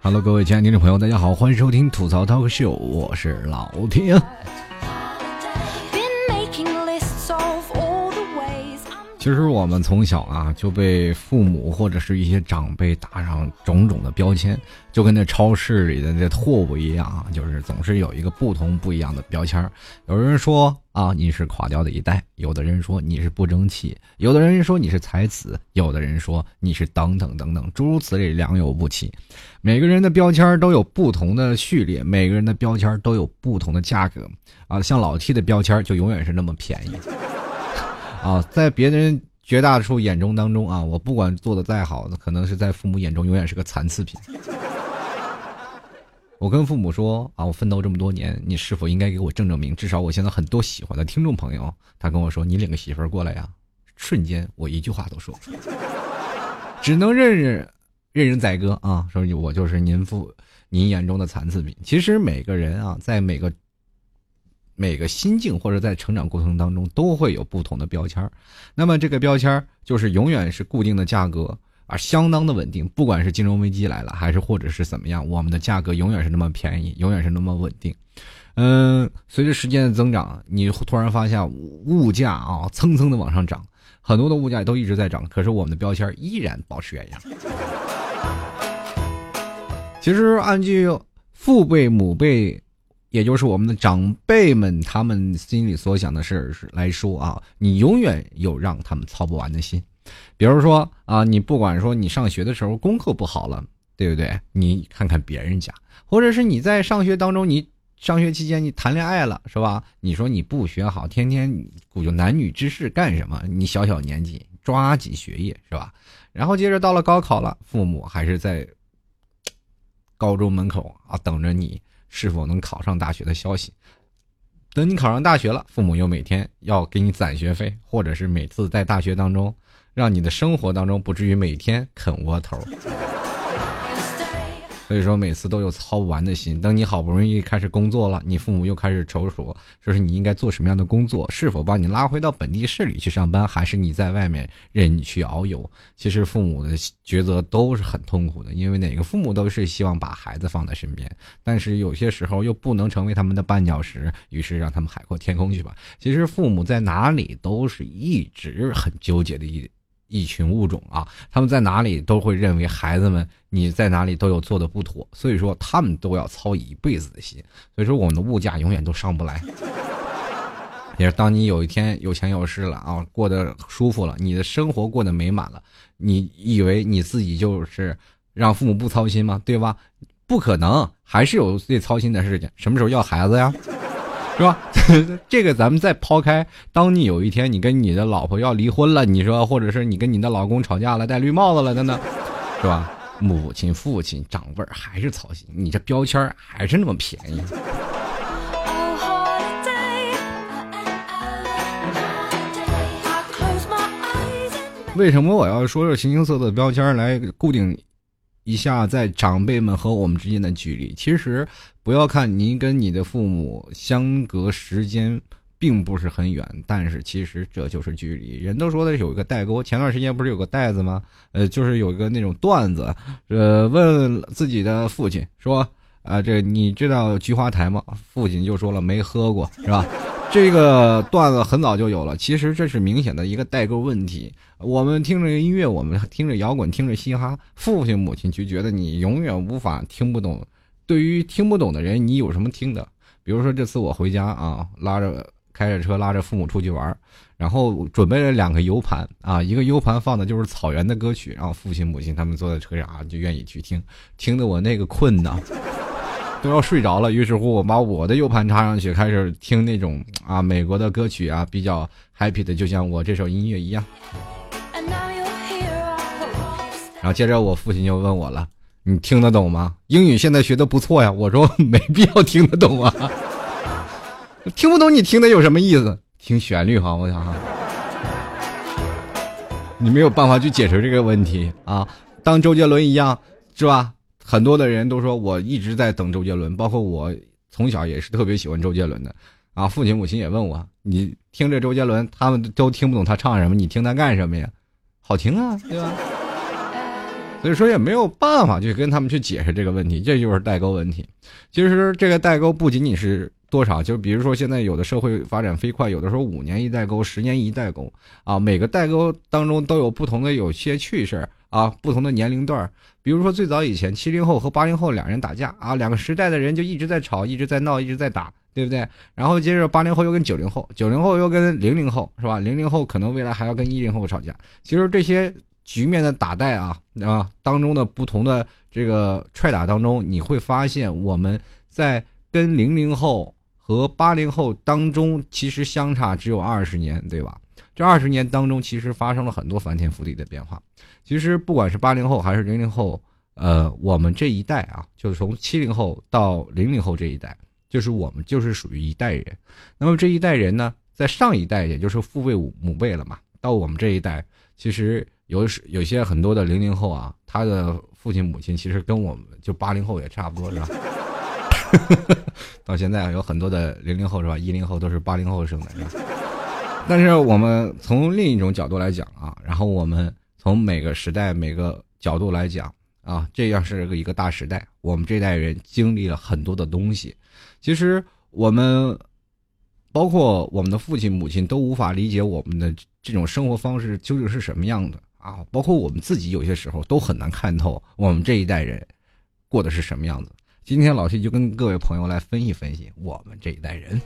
Hello， 各位亲爱的听众朋友，大家好，欢迎收听吐槽 Talk Show， 我是老天。其实我们从小啊就被父母或者是一些长辈打上种种的标签，就跟那超市里的那货物一样啊，就是总是有一个不一样的标签。有人说啊你是垮掉的一代，有的人说你是不争气，有的人说你是才子，有的人说你是等等等等，诸如此类，良莠不齐。每个人的标签都有不同的序列，每个人的标签都有不同的价格啊。像老 T 的标签就永远是那么便宜啊，在别人绝大多数眼中当中啊，我不管做的再好，可能是在父母眼中永远是个残次品。我跟父母说啊，我奋斗这么多年，你是否应该给我证明？至少我现在很多喜欢的听众朋友，他跟我说你领个媳妇儿过来呀，瞬间我一句话都说不出来，只能任人宰割啊，说我就是您眼中的残次品。其实每个人啊，在每个心境或者在成长过程当中都会有不同的标签，那么这个标签就是永远是固定的价格，而相当的稳定，不管是金融危机来了还是或者是怎么样，我们的价格永远是那么便宜，永远是那么稳定。随着时间的增长，你突然发现物价啊蹭蹭的往上涨，很多的物价都一直在涨，可是我们的标签依然保持原样。其实按据父辈母辈，也就是我们的长辈们他们心里所想的事来说啊，你永远有让他们操不完的心。比如说啊，你不管说你上学的时候功课不好了，对不对？你看看别人家，或者是你在上学当中，你上学期间你谈恋爱了，是吧？你说你不学好，天天鼓就男女之事干什么？你小年纪抓紧学业，是吧？然后接着到了高考了，父母还是在高中门口啊等着你是否能考上大学的消息。等你考上大学了，父母又每天要给你攒学费，或者是每次在大学当中让你的生活当中不至于每天啃窝头。所以说每次都有操不完的心。等你好不容易开始工作了，你父母又开始踌躇，说是你应该做什么样的工作，是否把你拉回到本地市里去上班，还是你在外面任你去遨游。其实父母的抉择都是很痛苦的，因为哪个父母都是希望把孩子放在身边，但是有些时候又不能成为他们的绊脚石，于是让他们海阔天空去吧。其实父母在哪里都是一直很纠结的一群物种啊，他们在哪里都会认为孩子们你在哪里都有做的不妥，所以说他们都要操一辈子的心。所以说我们的物价永远都上不来。也是当你有一天有钱有势了啊，过得舒服了，你的生活过得美满了，你以为你自己就是让父母不操心吗？对吧？不可能，还是有最操心的事情。什么时候要孩子呀？是吧？这个咱们再抛开，当你有一天你跟你的老婆要离婚了，你说，或者是你跟你的老公吵架了，戴绿帽子了等等，是吧？母亲父亲长辈还是操心，你这标签还是那么便宜。为什么我要说这形形色色的标签来固定一下在长辈们和我们之间的距离？其实不要看您跟你的父母相隔时间并不是很远，但是其实这就是距离。人都说的有一个代沟，前段时间不是有个袋子吗？就是有一个那种段子，问自己的父亲说这你知道菊花台吗？父亲就说了没喝过，是吧？这个段子很早就有了，其实这是明显的一个代沟问题。我们听着音乐，我们听着摇滚，听着嘻哈，父亲母亲就觉得你永远无法听不懂。对于听不懂的人，你有什么听的？比如说这次我回家啊，开着车拉着父母出去玩，然后准备了2个 U 盘啊，一个 U 盘放的就是草原的歌曲，然后父亲母亲他们坐在车上啊，就愿意去听，听得我那个困的都要睡着了。于是乎我把我的 U 盘插上去，开始听那种啊美国的歌曲啊，比较 happy 的，就像我这首音乐一样。然后接着我父亲就问我了，你听得懂吗？英语现在学得不错呀。我说没必要听得懂啊，听不懂你听的有什么意思？听旋律哈，我想哈，你没有办法去解决这个问题啊。当周杰伦一样，是吧？很多的人都说我一直在等周杰伦，包括我从小也是特别喜欢周杰伦的啊。父亲母亲也问我，你听着周杰伦，他们都听不懂他唱什么，你听他干什么呀？好听啊，对吧？ 所以说也没有办法去跟他们去解释这个问题，这就是代沟问题。其实这个代沟不仅仅是多少，就比如说现在有的社会发展飞快，有的时候5年一代沟，10年一代沟啊，每个代沟当中都有不同的有些趣事啊，不同的年龄段。比如说最早以前70后和80后两人打架啊，两个时代的人就一直在吵，一直在闹，一直在打，对不对？然后接着80后又跟90后，90后又跟00后，是吧？00后可能未来还要跟10后吵架。其实这些局面的打带当中的不同的这个踹打当中，你会发现我们在跟00后和80后当中其实相差只有20年，对吧？这20年当中其实发生了很多翻天覆地的变化。其实不管是80后还是00后，我们这一代啊，就是从70后到00后这一代，就是我们就是属于一代人。那么这一代人呢，在上一代也就是父辈母辈了嘛，到我们这一代，其实有些很多的00后啊，他的父亲母亲其实跟我们就80后也差不多，是吧？到现在有很多的00后是吧？10后都是80后生的，是吧？但是我们从另一种角度来讲啊，然后我们从每个时代每个角度来讲啊，这样是一个大时代，我们这代人经历了很多的东西。其实我们包括我们的父亲母亲都无法理解我们的这种生活方式究竟是什么样的啊，包括我们自己有些时候都很难看透我们这一代人过的是什么样子。今天老 T 就跟各位朋友来分析分析我们这一代人。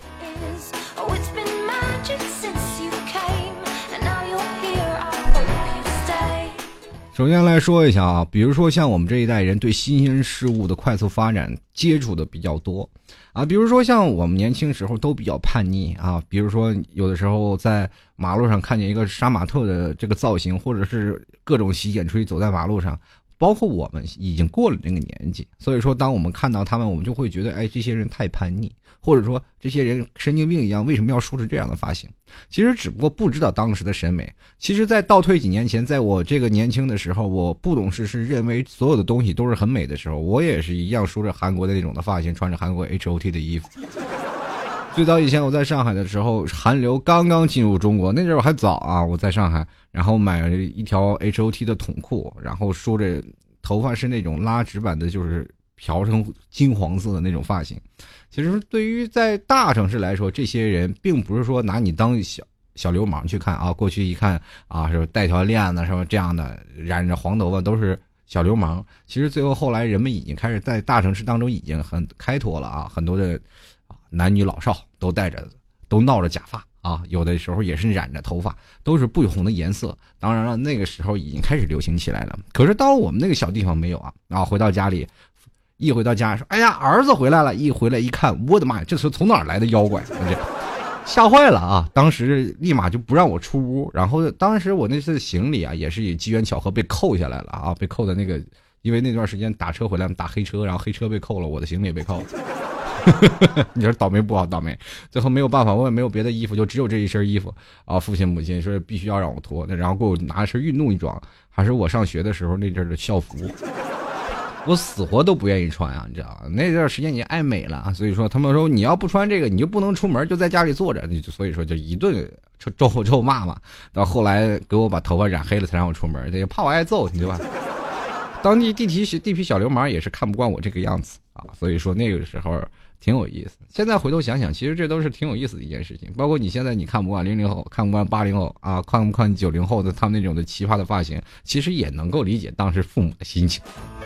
首先来说一下啊，比如说像我们这一代人对新鲜事物的快速发展接触的比较多啊，比如说像我们年轻时候都比较叛逆啊，比如说有的时候在马路上看见一个杀马特的这个造型，或者是各种洗剪吹走在马路上，包括我们已经过了那个年纪，所以说当我们看到他们，我们就会觉得哎，这些人太叛逆，或者说这些人神经病一样，为什么要梳着这样的发型？其实只不过不知道当时的审美。其实在倒退几年前，在我这个年轻的时候，我不懂事，是认为所有的东西都是很美的时候，我也是一样梳着韩国的那种的发型，穿着韩国 HOT 的衣服。最早以前我在上海的时候，韩流刚刚进入中国，那阵儿还早啊，我在上海，然后买了一条 HOT 的筒裤，然后梳着头发是那种拉直版的，就是漂成金黄色的那种发型。其实对于在大城市来说，这些人并不是说拿你当小流氓去看啊，过去一看啊，是带条链子什么这样的，染着黄头发都是小流氓。其实最后来人们已经开始在大城市当中已经很开拓了啊，很多的男女老少都闹着假发啊，有的时候也是染着头发，都是不同的颜色。当然了，那个时候已经开始流行起来了。可是到了我们那个小地方没有啊，回到家里，一回到家说，哎呀，儿子回来了，一回来一看，我的妈呀，这是从哪儿来的妖怪？吓坏了啊！当时立马就不让我出屋，然后当时我那次行李啊，也是以机缘巧合被扣下来了啊，被扣的那个，因为那段时间打车回来打黑车，然后黑车被扣了，我的行李也被扣了。你说倒霉不好倒霉，最后没有办法，我也没有别的衣服，就只有这一身衣服啊。父亲母亲说必须要让我脱，然后给我拿一身运动装，还是我上学的时候那阵的校服，我死活都不愿意穿啊，你知道吗？那段时间你爱美了，所以说他们说你要不穿这个，你就不能出门，就在家里坐着，所以说就一顿咒骂嘛。到后来给我把头发染黑了才让我出门，也怕我挨揍，对吧？当地地痞小流氓也是看不惯我这个样子啊，所以说那个时候挺有意思。现在回头想想，其实这都是挺有意思的一件事情。包括你现在你看不惯00后，看不惯80后啊，看不惯90后的他们那种的奇葩的发型，其实也能够理解当时父母的心情。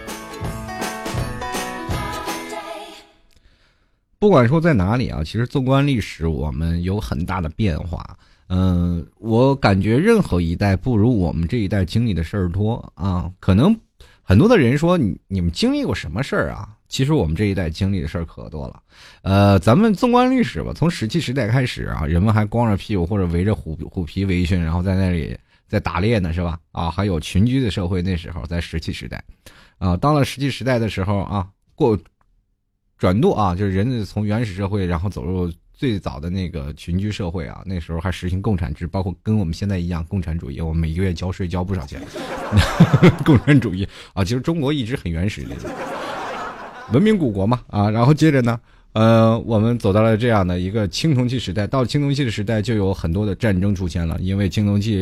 不管说在哪里啊，其实纵观历史，我们有很大的变化。我感觉任何一代不如我们这一代经历的事儿多啊。可能很多的人说你们经历过什么事儿啊？其实我们这一代经历的事儿可多了。咱们纵观历史吧，从石器时代开始啊，人们还光着屁股或者围着虎皮围裙，然后在那里在打猎呢，是吧？啊，还有群居的社会，那时候在石器时代。到了石器时代的时候啊，转度啊，就是人从原始社会然后走入最早的那个群居社会啊，那时候还实行共产制，包括跟我们现在一样共产主义，我们每个月交税交不少钱。共产主义啊，其实中国一直很原始的文明古国嘛啊，然后接着呢，我们走到了这样的一个青铜器时代。到了青铜器的时代，就有很多的战争出现了，因为青铜器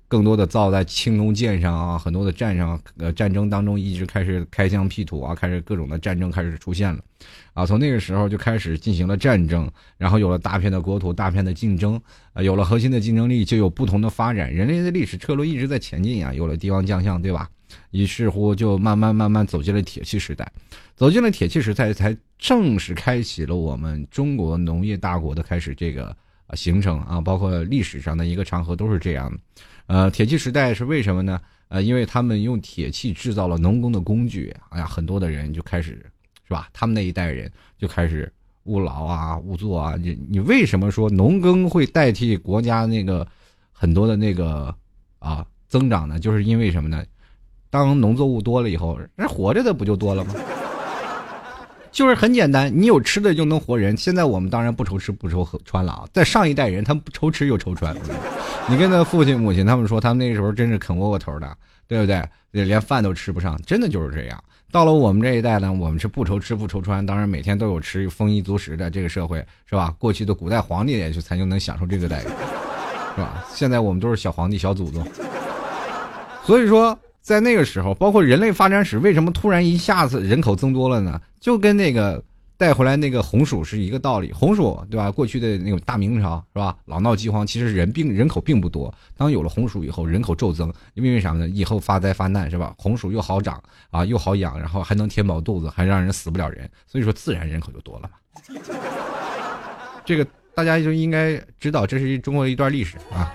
更多的造在青龙舰上啊，很多的战争当中一直开始开疆辟土啊，开始各种的战争开始出现了啊。从那个时候就开始进行了战争，然后有了大片的国土，大片的竞争啊，有了核心的竞争力，就有不同的发展。人类的历史车轮一直在前进啊，有了帝王将相，对吧？于是乎就慢慢走进了铁器时代，走进了铁器时代，才正式开启了我们中国农业大国的开始这个形成啊，包括历史上的一个长河都是这样的。铁器时代是为什么呢？因为他们用铁器制造了农工的工具，哎呀，很多的人就开始是吧？他们那一代人就开始务劳啊、务作啊。你为什么说农耕会代替国家那个很多的那个增长呢？就是因为什么呢？当农作物多了以后，人活着的不就多了吗？就是很简单，你有吃的就能活人。现在我们当然不愁吃不愁穿了啊，在上一代人他们不愁吃又愁穿。你跟他父亲母亲他们说，他们那个时候真是啃窝窝头的，对不对？连饭都吃不上，真的就是这样。到了我们这一代呢，我们是不愁吃不丰穿，当然每天都有吃，丰衣足食的这个社会是吧？过去的古代皇帝也就才就能享受这个待遇，是吧？现在我们都是小皇帝小祖宗，所以说。在那个时候，包括人类发展史为什么突然一下子人口增多了呢？就跟那个带回来那个红薯是一个道理。红薯对吧？过去的那种大明朝是吧？老闹饥荒，其实人口并不多。当有了红薯以后，人口骤增，因为啥呢？以后发灾发难是吧？红薯又好长啊，又好养，然后还能填饱肚子，还让人死不了人，所以说自然人口就多了嘛。这个大家就应该知道，这是中国的一段历史啊。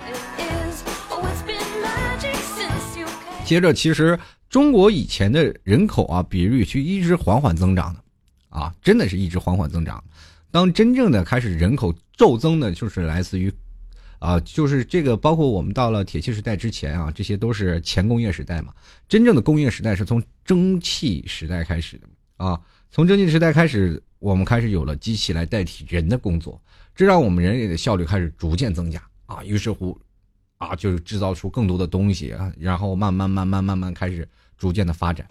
接着，其实中国以前的人口啊比率去一直缓缓增长的，啊，真的是一直缓缓增长。当真正的开始人口骤增的，就是来自于，就是这个包括我们到了铁器时代之前啊，这些都是前工业时代嘛。真正的工业时代是从蒸汽时代开始的啊，从蒸汽时代开始，我们开始有了机器来代替人的工作，这让我们人类的效率开始逐渐增加啊，于是乎。就是制造出更多的东西啊，然后慢慢开始逐渐的发展。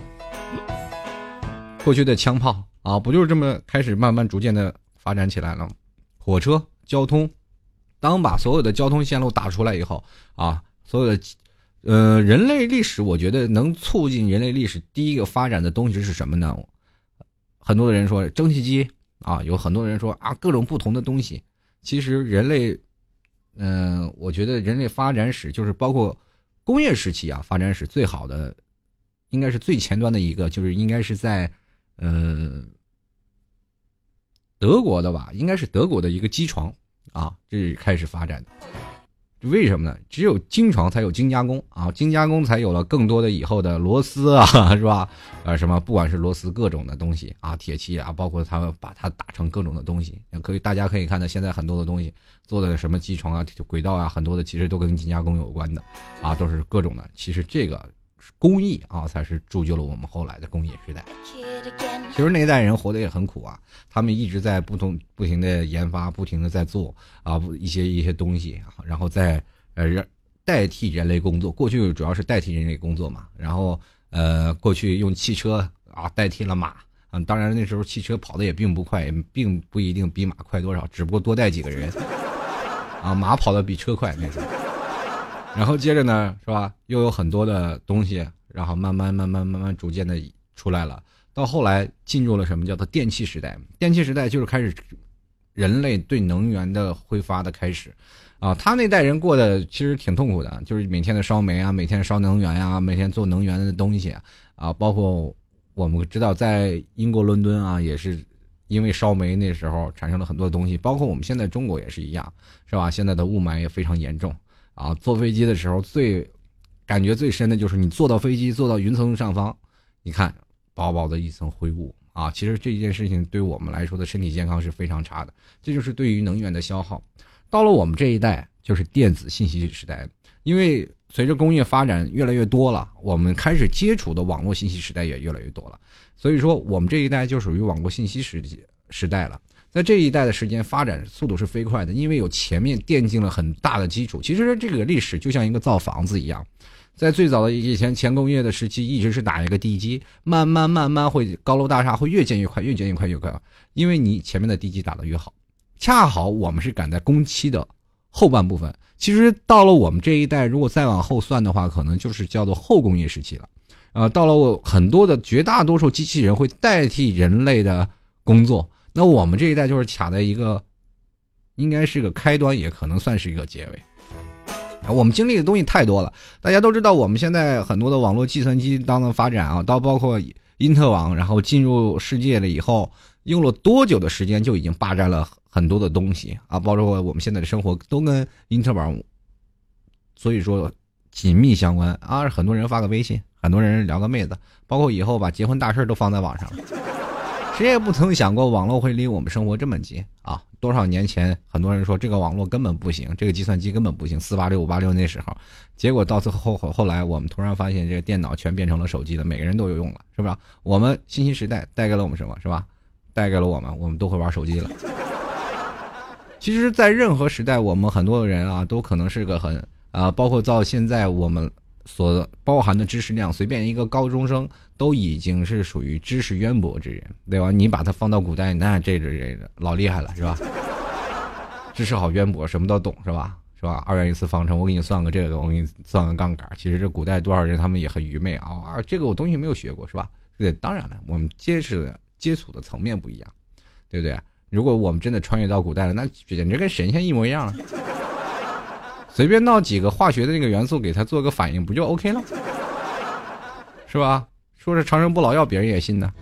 过去的枪炮啊，不就是这么开始慢慢逐渐的发展起来了吗？火车、交通，当把所有的交通线路打出来以后啊，所有的人类历史，我觉得能促进人类历史第一个发展的东西是什么呢？很多的人说蒸汽机啊，有很多人说各种不同的东西，其实人类。我觉得人类发展史就是包括工业时期发展史最好的，应该是最前端的一个，就是应该是在德国的吧，应该是德国的一个机床这是开始发展的。为什么呢？只有精床才有精加工精加工才有了更多的以后的螺丝是吧？什么不管是螺丝各种的东西铁器包括它把它打成各种的东西，大家可以看到现在很多的东西做的什么机床轨道很多的其实都跟精加工有关的都是各种的。其实这个工艺才是铸就了我们后来的工业时代。其实那一代人活得也很苦他们一直在不停的研发，不停的在做一些东西，然后再代替人类工作。过去主要是代替人类工作嘛，然后过去用汽车代替了马当然那时候汽车跑的也并不快，也并不一定比马快多少，只不过多带几个人马跑的比车快那时候。然后接着呢是吧，又有很多的东西，然后慢慢逐渐的出来了。到后来进入了什么叫做电气时代。电气时代就是开始人类对能源的挥发的开始他那代人过得其实挺痛苦的，就是每天的烧煤每天烧能源每天做能源的东西包括我们知道在英国伦敦也是因为烧煤那时候产生了很多东西，包括我们现在中国也是一样，是吧？现在的雾霾也非常严重坐飞机的时候感觉最深的就是你坐到飞机坐到云层上方，你看薄薄的一层灰雾其实这件事情对我们来说的身体健康是非常差的，这就是对于能源的消耗。到了我们这一代就是电子信息时代，因为随着工业发展越来越多了，我们开始接触的网络信息时代也越来越多了，所以说我们这一代就属于网络信息时代了。在这一代的时间发展速度是飞快的，因为有前面奠定了很大的基础。其实这个历史就像一个造房子一样，在最早的以前前工业的时期一直是打一个地基，慢慢会高楼大厦会越建越快，因为你前面的地基打得越好。恰好我们是赶在工期的后半部分。其实到了我们这一代，如果再往后算的话，可能就是叫做后工业时期了。到了很多的绝大多数机器人会代替人类的工作，那我们这一代就是卡在一个应该是个开端，也可能算是一个结尾。我们经历的东西太多了，大家都知道我们现在很多的网络计算机当中发展啊，到包括因特网，然后进入世界了以后，用了多久的时间就已经霸占了很多的东西啊，包括我们现在的生活都跟因特网，所以说紧密相关啊。很多人发个微信，很多人聊个妹子，包括以后把结婚大事都放在网上了。谁也不曾想过网络会离我们生活这么近啊！多少年前，很多人说这个网络根本不行，这个计算机根本不行，486、586那时候，结果到最后来，我们突然发现这个电脑全变成了手机了，每个人都有用了，是吧？我们信息时代带给了我们什么，是吧？带给了我们都会玩手机了。其实，在任何时代，我们很多人啊，都可能是个很包括到现在我们所包含的知识量，随便一个高中生都已经是属于知识渊博之人，对吧？你把他放到古代，那这老厉害了，是吧？知识好渊博，什么都懂，是吧？2元一次方程，我给你算个这个，我给你算个杠杆。其实这古代多少人他们也很愚昧啊，这个我东西没有学过，是吧？对，当然了，我们接触的层面不一样，对不对？如果我们真的穿越到古代了，那简直跟神仙一模一样了。随便闹几个化学的那个元素给它做个反应，不就 OK 了？是吧？说是长生不老药，别人也信呢。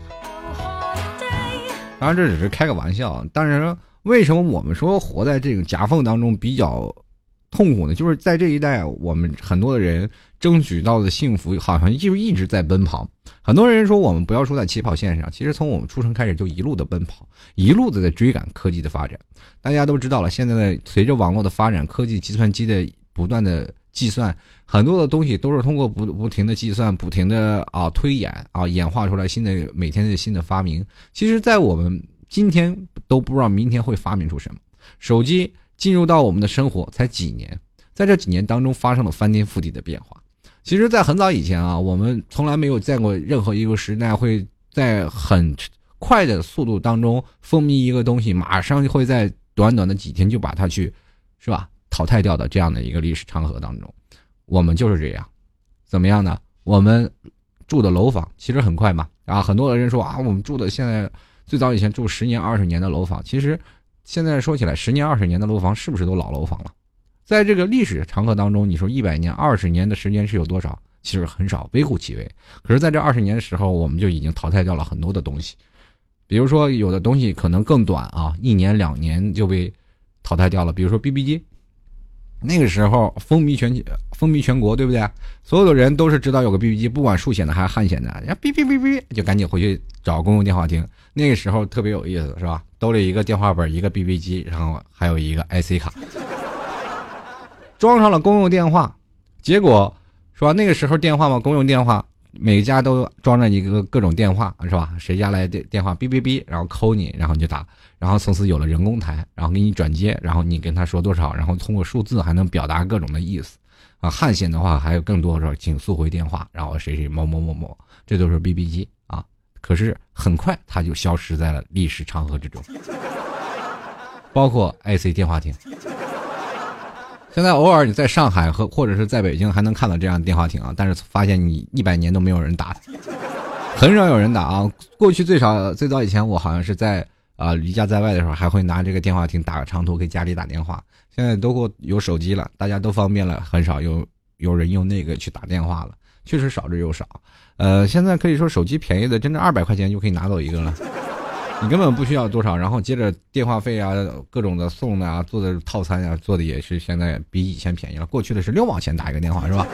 当然这只是开个玩笑，但是为什么我们说活在这个夹缝当中比较痛苦呢？就是在这一代，我们很多的人争取到的幸福好像就一直在奔跑。很多人说我们不要输在起跑线上，其实从我们出生开始就一路的奔跑，一路的在追赶科技的发展。大家都知道了，现在随着网络的发展，科技计算机的不断的计算，很多的东西都是通过不停的计算，不停的推演演化出来每天的新的发明。其实在我们今天都不知道明天会发明出什么。手机进入到我们的生活才几年，在这几年当中发生了翻天覆地的变化。其实在很早以前我们从来没有见过任何一个时代会在很快的速度当中风靡一个东西，马上会在短短的几天就把它去是吧淘汰掉的这样的一个历史长河当中。我们就是这样，怎么样呢？我们住的楼房其实很快嘛很多的人说我们住的现在最早以前住10年20年的楼房，其实现在说起来10年20年的楼房是不是都老楼房了？在这个历史长河当中，你说100年20年的时间是有多少？其实很少，微乎其微。可是在这20年的时候，我们就已经淘汰掉了很多的东西。比如说有的东西可能更短1年2年就被淘汰掉了，比如说 BB 机。那个时候风靡全国，对不对？所有的人都是知道有个 BB 机，不管竖显的还是汉显的，然后哔哔哔哔就赶紧回去找公用电话亭。那个时候特别有意思，是吧？兜里一个电话本，一个 BB 机，然后还有一个 IC 卡，装上了公用电话。结果是吧？那个时候电话嘛，公用电话每家都装着一个各种电话，是吧？谁家来电话哔哔哔，然后扣你，然后你就打。然后从此有了人工台，然后给你转接，然后你跟他说多少，然后通过数字还能表达各种的意思汉显的话还有更多说请速回电话，然后谁谁某某某某，这都是 BB 机可是很快它就消失在了历史长河之中。包括 IC 电话亭，现在偶尔你在上海或者是在北京还能看到这样的电话亭但是发现你100年都没有人打，很少有人打过去最早以前我好像是在离家在外的时候还会拿这个电话亭打个长途给家里打电话。现在都有手机了，大家都方便了，很少有人用那个去打电话了，确实少之又少。现在可以说手机便宜的真的200块钱就可以拿走一个了，你根本不需要多少，然后接着电话费各种的送的做的套餐做的也是现在比以前便宜了。过去的是6毛钱打一个电话，是吧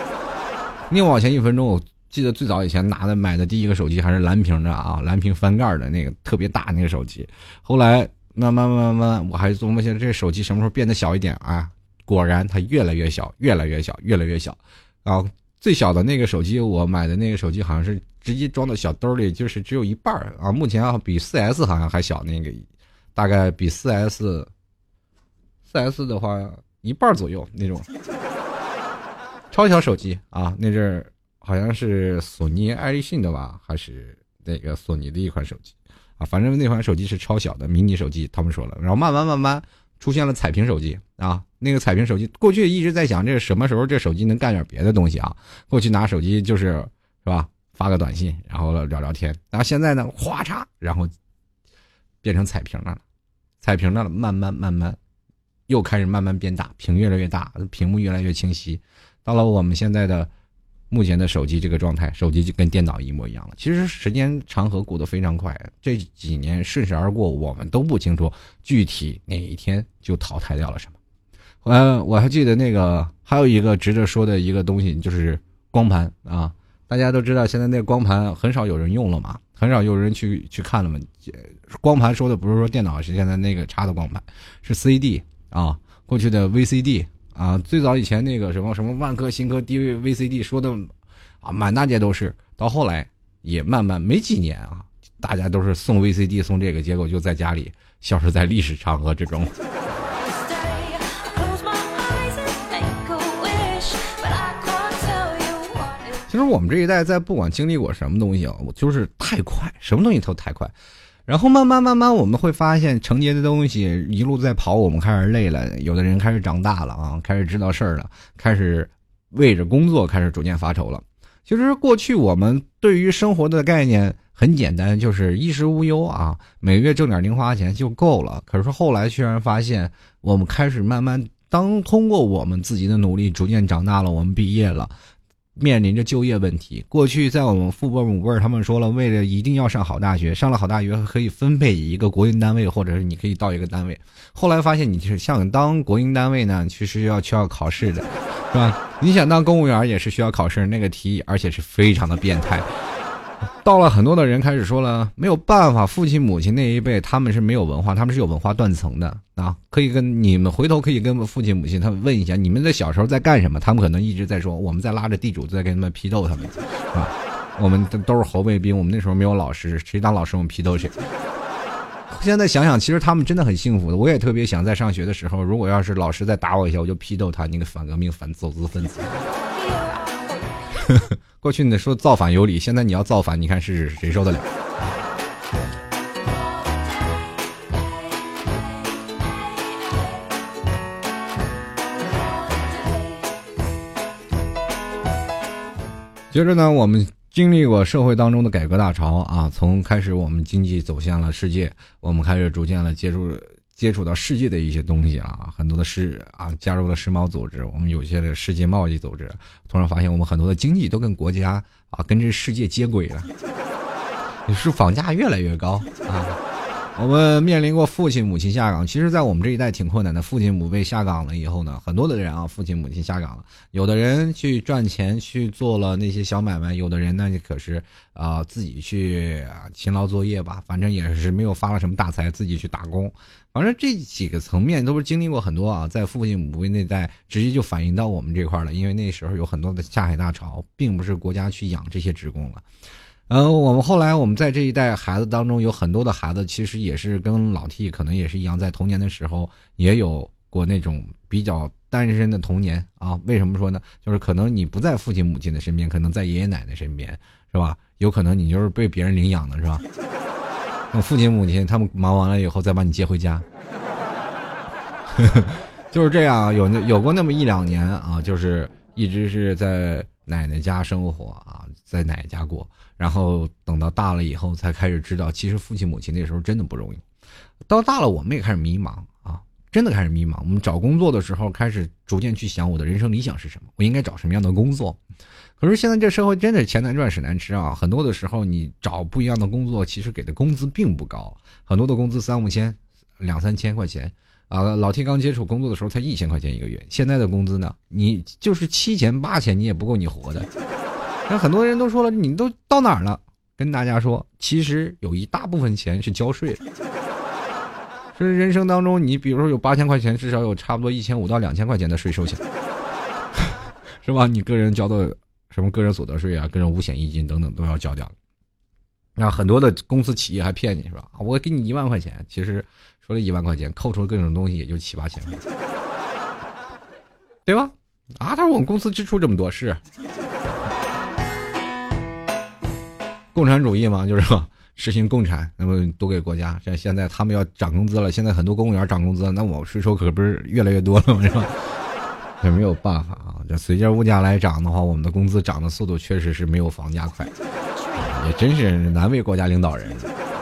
？6毛钱1分钟。我记得最早以前买的第一个手机还是蓝屏的蓝屏翻盖的那个特别大那个手机。后来慢慢我还琢磨这手机什么时候变得小一点果然它越来越小，越来越小，越来越小最小的那个手机，我买的那个手机好像是直接装到小兜里，就是只有一半目前比 4S 好像还小，那个大概比 4S 的话一半左右那种超小手机那阵儿好像是索尼爱立信的吧，还是那个索尼的一款手机反正那款手机是超小的迷你手机，他们说了。然后慢慢出现了彩屏手机那个彩屏手机，过去一直在想这什么时候这手机能干点别的东西啊？过去拿手机是吧，发个短信，然后聊聊天。然后现在呢，哗嚓，然后变成彩屏了，彩屏了，慢慢又开始慢慢变大，屏越来越大，屏幕越来越清晰。到了我们现在的目前的手机这个状态，手机就跟电脑一模一样了。其实时间长河过得非常快，这几年瞬时而过，我们都不清楚具体哪一天就淘汰掉了什么。我还记得那个还有一个值得说的一个东西，就是光盘啊。大家都知道现在那个光盘很少有人用了嘛，很少有人去看了嘛。光盘说的不是说电脑是现在那个插的光盘，是 CD 啊，过去的 VCD 啊，最早以前那个什么万科、新科、VCD 说的啊满大街都是，到后来也慢慢没几年啊，大家都是送 VCD 送这个，结果就在家里消失在历史长河之中。其实我们这一代在不管经历过什么东西啊，就是太快，什么东西都太快。然后慢慢我们会发现承接的东西一路在跑，我们开始累了，有的人开始长大了啊，开始知道事儿了，开始为着工作开始逐渐发愁了。其实过去我们对于生活的概念很简单，就是衣食无忧啊，每个月挣点零花钱就够了。可是后来居然发现，我们开始慢慢通过我们自己的努力，逐渐长大了，我们毕业了，面临着就业问题。过去在我们父辈母辈他们说了，为了一定要上好大学，上了好大学可以分配一个国营单位，或者是你可以到一个单位。后来发现你是想当国营单位呢，其实需要考试的，是吧？你想当公务员也是需要考试，那个题而且是非常的变态。到了很多的人开始说了，没有办法，父亲母亲那一辈他们是没有文化，他们是有文化断层的啊。可以跟你们回头可以跟父亲母亲他们问一下，你们在小时候在干什么？他们可能一直在说我们在拉着地主在跟他们批斗他们啊。我们都是后备兵，我们那时候没有老师，谁当老师我们批斗谁。现在想想，其实他们真的很幸福的。我也特别想在上学的时候，如果要是老师再打我一下，我就批斗他，你个反革命、反走资分子。过去你说造反有理，现在你要造反，你看是谁受得了？接着呢，我们经历过社会当中的改革大潮啊，从开始我们经济走向了世界，我们开始逐渐了接触到世界的一些东西啊，很多的加入了世贸组织，我们有些的世界贸易组织，突然发现我们很多的经济都跟国家啊跟这世界接轨了，也是房价越来越高啊。我们面临过父亲母亲下岗，其实在我们这一代挺困难的。父亲母辈下岗了以后呢，很多的人啊，父亲母亲下岗了，有的人去赚钱去做了那些小买卖，有的人呢可是自己去勤劳作业吧，反正也是没有发了什么大财，自己去打工。反正这几个层面都是经历过很多啊，在父亲母辈那代直接就反映到我们这块了，因为那时候有很多的下海大潮，并不是国家去养这些职工了。我们后来我们在这一代孩子当中，有很多的孩子其实也是跟老 T 可能也是一样，在童年的时候也有过那种比较单身的童年啊。为什么说呢？就是可能你不在父亲母亲的身边，可能在爷爷奶奶身边，是吧？有可能你就是被别人领养的，是吧？父亲母亲他们忙完了以后再把你接回家。就是这样，有过那么一两年啊，就是一直是在奶奶家生活啊，在奶奶家过，然后等到大了以后才开始知道，其实父亲母亲那时候真的不容易。到大了我们也开始迷茫啊，真的开始迷茫。我们找工作的时候开始逐渐去想我的人生理想是什么，我应该找什么样的工作。可是现在这社会真的钱难赚屎难吃啊，很多的时候你找不一样的工作，其实给的工资并不高，很多的工资3-5千、2-3千块钱啊。老 T 刚接触工作的时候才1000块钱一个月，现在的工资呢，你就是7千8千，你也不够你活的。那很多人都说了，你都到哪儿了？跟大家说，其实有一大部分钱是交税的。是人生当中，你比如说有8000块钱，至少有差不多1500到2000块钱的税收钱，是吧？你个人交的什么个人所得税啊、个人五险一金等等都要交掉。那很多的公司企业还骗你，是吧？我给你1万块钱，其实说了1万块钱，扣除各种东西也就7-8千块钱，对吧？啊，他说我们公司支出这么多，是共产主义嘛，就是实行共产，那么多给国家。现在他们要涨工资了，现在很多公务员涨工资，那我税收可不是越来越多了吗？是吧？这没有办法啊，这随着物价来涨的话，我们的工资涨的速度确实是没有房价快，也真是难为国家领导人。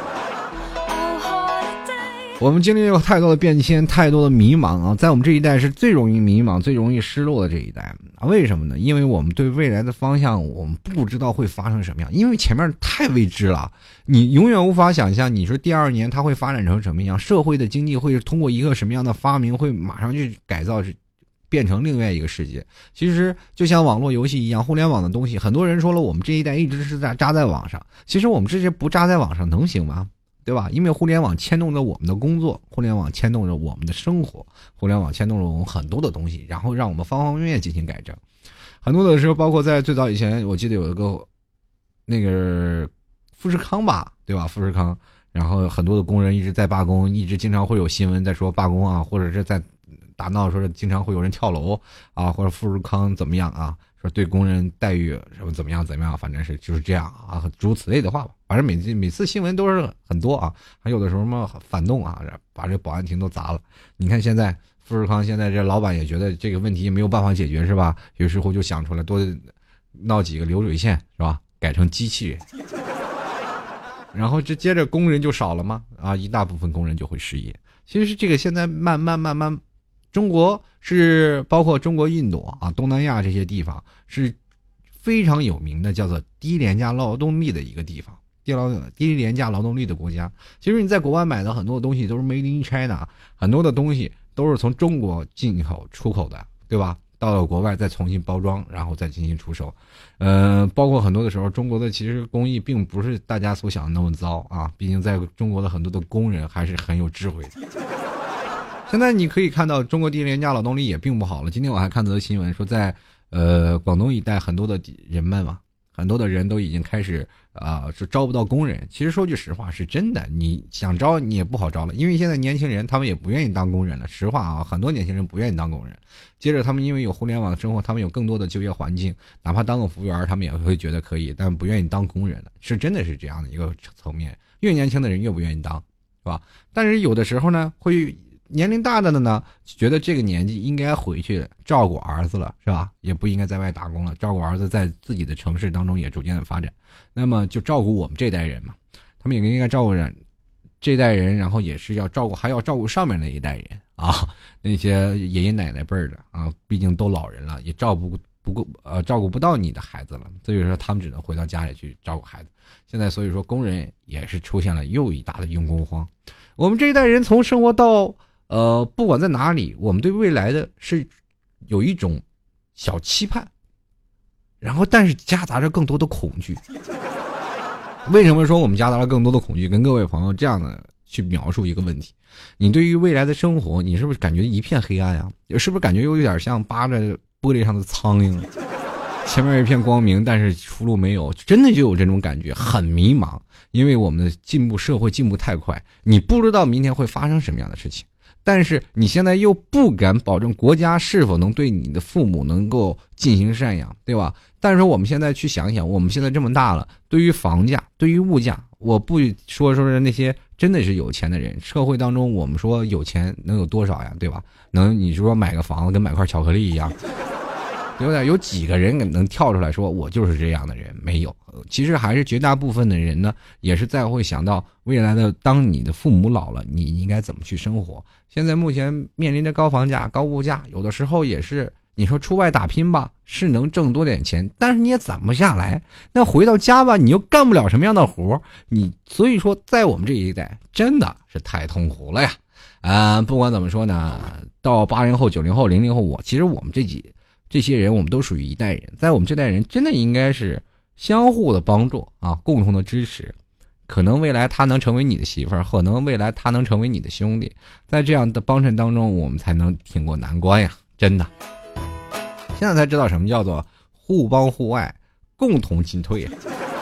我们经历了太多的变迁，太多的迷茫啊，在我们这一代是最容易迷茫、最容易失落的这一代啊。为什么呢？因为我们对未来的方向，我们不知道会发生什么样，因为前面太未知了，你永远无法想象，你说第2年它会发展成什么样，社会的经济会通过一个什么样的发明，会马上去改造，变成另外一个世界。其实就像网络游戏一样，互联网的东西，很多人说了，我们这一代一直是扎在网上，其实我们这些不扎在网上能行吗？对吧？因为互联网牵动着我们的工作，互联网牵动着我们的生活，互联网牵动着我们很多的东西，然后让我们方方面面进行改正。很多的时候，包括在最早以前，我记得有一个那个富士康吧，对吧？富士康，然后很多的工人一直在罢工，一直经常会有新闻在说罢工啊，或者是在打闹说经常会有人跳楼啊，或者富士康怎么样啊，说对工人待遇什么怎么样，反正是就是这样啊，诸如此类的话吧。反正每次新闻都是很多啊，还有的时候嘛反动啊，把这保安亭都砸了。你看现在富士康现在这老板也觉得这个问题没有办法解决是吧？于是乎就想出来多闹几个流水线是吧？改成机器人，然后这接着工人就少了吗？啊，一大部分工人就会失业。其实这个现在慢慢。中国是包括中国、印度啊、东南亚这些地方是非常有名的，叫做低廉价劳动力的一个地方，低廉价劳动力的国家。其实你在国外买的很多的东西都是 Made in China， 很多的东西都是从中国进口出口的，对吧？到了国外再重新包装，然后再进行出售。包括很多的时候，中国的其实工艺并不是大家所想的那么糟啊，毕竟在中国的很多的工人还是很有智慧的。现在你可以看到中国低廉价劳动力也并不好了。今天我还看到的新闻说在广东一带很多的人们嘛，很多的人都已经开始是招不到工人。其实说句实话是真的，你想招你也不好招了，因为现在年轻人他们也不愿意当工人了。实话啊，很多年轻人不愿意当工人。接着他们因为有互联网的生活，他们有更多的就业环境，哪怕当个服务员他们也会觉得可以，但不愿意当工人了。是真的是这样的一个层面，越年轻的人越不愿意当，是吧？但是有的时候呢会年龄大的呢，觉得这个年纪应该回去照顾儿子了，是吧？也不应该在外打工了，照顾儿子在自己的城市当中也逐渐的发展。那么就照顾我们这代人嘛，他们也应该照顾这代人，然后也是要照顾，还要照顾上面那一代人啊，那些爷爷奶奶辈儿的啊，毕竟都老人了，也照顾不到你的孩子了，所以说他们只能回到家里去照顾孩子。现在所以说工人也是出现了又一大的用工荒。我们这一代人从生活到不管在哪里，我们对未来的是有一种小期盼，然后但是夹杂着更多的恐惧。为什么说我们夹杂了更多的恐惧？跟各位朋友这样的去描述一个问题：你对于未来的生活，你是不是感觉一片黑暗呀？是不是感觉有点像扒着玻璃上的苍蝇，前面一片光明，但是出路没有？真的就有这种感觉，很迷茫。因为我们的社会进步太快，你不知道明天会发生什么样的事情。但是你现在又不敢保证国家是否能对你的父母能够进行赡养，对吧？但是我们现在去想想，我们现在这么大了，对于房价，对于物价，我不说是那些真的是有钱的人，社会当中我们说有钱能有多少呀，对吧？你说买个房子跟买块巧克力一样，有几个人能跳出来说我就是这样的人？没有。其实还是绝大部分的人呢，也是在会想到未来的，当你的父母老了，你应该怎么去生活。现在目前面临着高房价、高物价，有的时候也是你说出外打拼吧，是能挣多点钱，但是你也攒不下来。那回到家吧，你又干不了什么样的活，所以说在我们这一代真的是太痛苦了呀。不管怎么说呢，到80后、90后、00后，其实我们这些人，我们都属于一代人，在我们这代人真的应该是相互的帮助啊，共同的支持。可能未来他能成为你的媳妇儿，可能未来他能成为你的兄弟，在这样的帮衬当中，我们才能挺过难关呀！真的，现在才知道什么叫做互帮互爱，共同进退呀。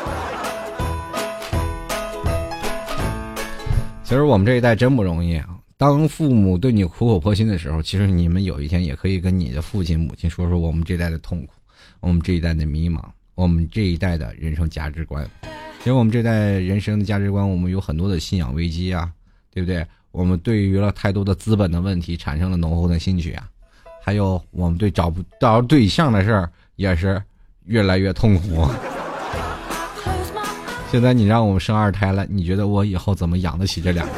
其实我们这一代真不容易啊！当父母对你苦口婆心的时候，其实你们有一天也可以跟你的父亲母亲说说我们这一代的痛苦，我们这一代的迷茫，我们这一代的人生价值观。 其实我们这代人生的价值观，我们有很多的信仰危机啊，对不对？我们对于了太多的资本的问题产生了浓厚的兴趣啊，还有我们对找不到对象的事儿也是越来越痛苦。现在你让我们生2胎了，你觉得我以后怎么养得起这2个？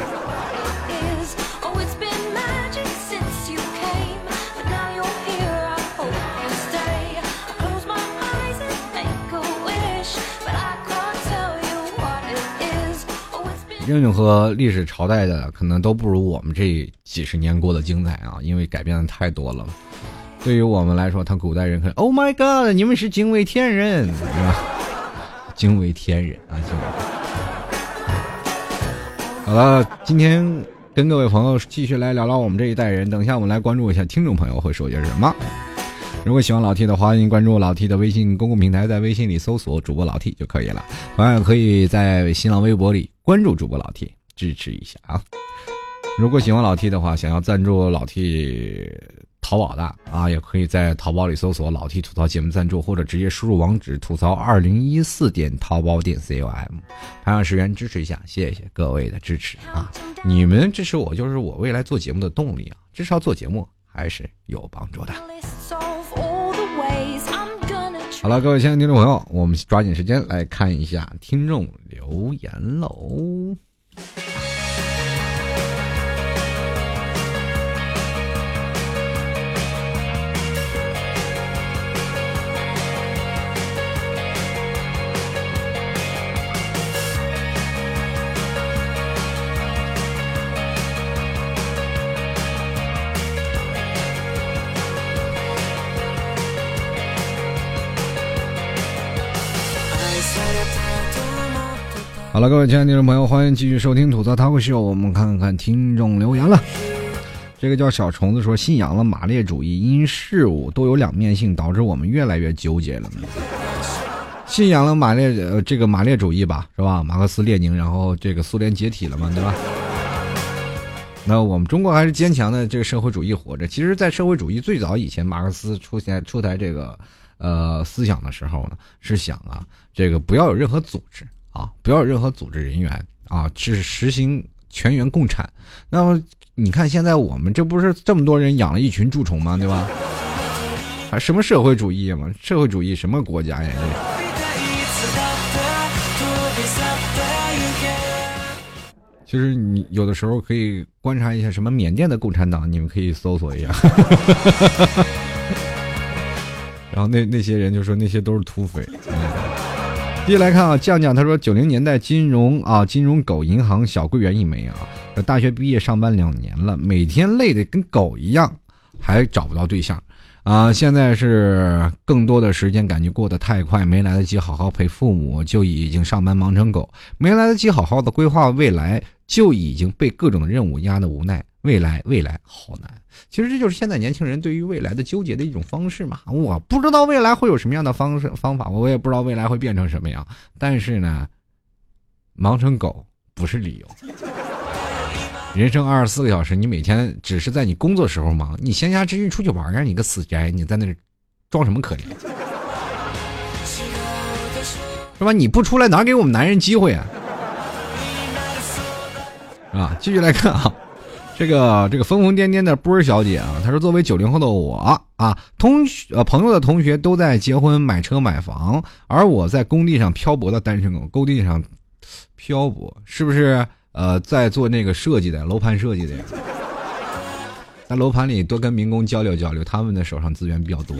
任何历史朝代的可能都不如我们这几十年过得精彩啊，因为改变的太多了。对于我们来说，他古代人可能 Oh my God， 你们是惊为天人，是吧？惊为天人啊！好了，今天跟各位朋友继续来聊聊我们这一代人。等一下我们来关注一下听众朋友会说些什么。如果喜欢老 T 的话，欢迎关注老 T 的微信公共平台，在微信里搜索主播老 T 就可以了。同样可以在新浪微博里关注主播老 T， 支持一下啊！如果喜欢老 T 的话，想要赞助老 T 淘宝的啊，也可以在淘宝里搜索老 T 吐槽节目赞助，或者直接输入网址吐槽2014点淘宝点 com， 同样10元支持一下，谢谢各位的支持啊！你们支持我就是我未来做节目的动力啊，至少做节目还是有帮助的。好了，各位亲爱的听众朋友，我们抓紧时间来看一下听众留言喽。好了，各位亲爱的听众朋友，欢迎继续收听吐槽涛口秀。我们看看听众留言了。这个叫小虫子说，信仰了马列主义，因事物都有两面性，导致我们越来越纠结了。信仰了马列主义吧，是吧？马克思列宁，然后这个苏联解体了嘛，对吧？那我们中国还是坚强的这个社会主义活着。其实，在社会主义最早以前，马克思出台这个思想的时候呢，是想啊，这个不要有任何组织啊，不要有任何组织人员啊，是实行全员共产。那么你看现在我们这不是这么多人养了一群蛀虫吗？对吧？还什么社会主义嘛？社会主义什么国家呀？其实你有的时候可以观察一下什么缅甸的共产党，你们可以搜索一下。然后那些人就说那些都是土匪。继续来看啊，酱酱他说90年代金融狗银行小柜员一枚啊，大学毕业上班2年了，每天累得跟狗一样，还找不到对象啊。现在是更多的时间感觉过得太快，没来得及好好陪父母，就已经上班忙成狗，没来得及好好的规划未来，就已经被各种任务压得无奈。未来好难。其实这就是现在年轻人对于未来的纠结的一种方式嘛。我不知道未来会有什么样的方法，我也不知道未来会变成什么样。但是呢，忙成狗不是理由。人生24个小时，你每天只是在你工作时候忙，你闲暇之余出去玩，让你个死宅，你在那装什么可怜？是吧？你不出来哪给我们男人机会啊？啊，继续来看啊。这个疯疯癫癫的波儿小姐啊，她说作为90后的我啊，朋友的同学都在结婚买车买房，而我在工地上漂泊的单身狗，工地上漂泊是不是在做那个设计的楼盘设计的呀？在楼盘里多跟民工交流交流，他们的手上资源比较多。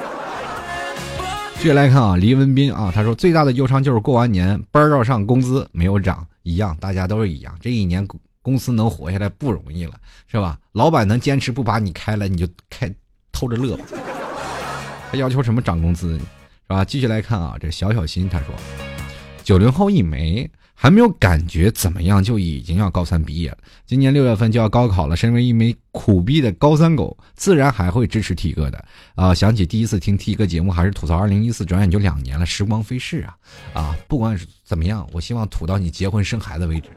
继续来看啊，黎文斌啊，他说最大的忧伤就是过完年班照上，工资没有涨，一样，大家都是一样，这一年公司能活下来不容易了，是吧？老板能坚持不把你开了，你就偷着乐吧。他要求什么涨工资，是吧？继续来看啊，这小心他说，90后一枚，还没有感觉怎么样就已经要高3毕业了。今年6月份就要高考了，身为一枚苦逼的高3狗，自然还会支持 T 哥的啊。想起第一次听 T 哥节目还是吐槽2014，转眼就2年了，时光飞逝啊！不管是怎么样，我希望吐到你结婚生孩子为止。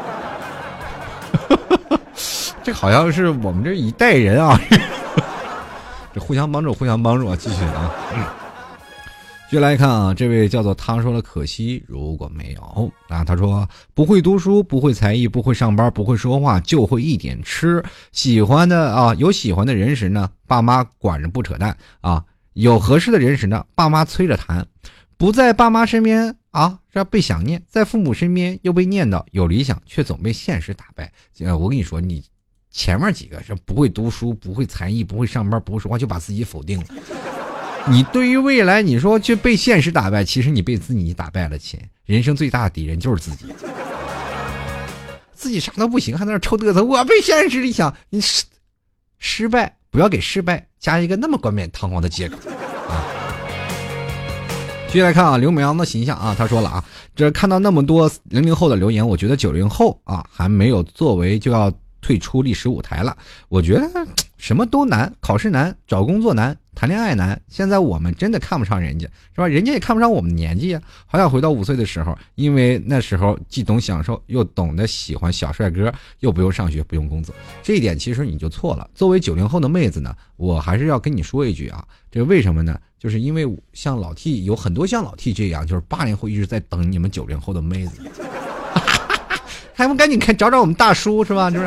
这好像是我们这一代人啊，这互相帮助啊，继续啊。 接来看啊，这位叫做他说了可惜如果没有啊，他说不会读书，不会才艺，不会上班，不会说话，就会一点吃。喜欢的啊，有喜欢的人时呢，爸妈管着不扯淡啊；有合适的人时呢，爸妈催着谈。不在爸妈身边啊，这被想念；在父母身边又被念叨。有理想却总被现实打败。我跟你说，你前面几个是不会读书，不会才艺，不会上班，不会说话，就把自己否定了。你对于未来你说就被现实打败，其实你被自己打败了。人生最大的敌人就是自己，自己啥都不行还在那臭嘚瑟，我被现实里想，你失败不要给失败加一个那么冠冕堂皇的借口啊。继续来看啊，刘美阳的形象啊，他说了啊，这看到那么多00后的留言，我觉得90后啊还没有作为就要退出历史舞台了。我觉得什么都难，考试难，找工作难，谈恋爱难。现在我们真的看不上人家，是吧？人家也看不上我们年纪啊。好想回到5岁的时候，因为那时候既懂享受，又懂得喜欢小帅哥，又不用上学，不用工作。这一点其实你就错了。作为90后的妹子呢，我还是要跟你说一句啊，这为什么呢？就是因为像老 T 有很多像老 T 这样，就是80后一直在等你们90后的妹子，还不赶紧找找我们大叔是吧？是不是？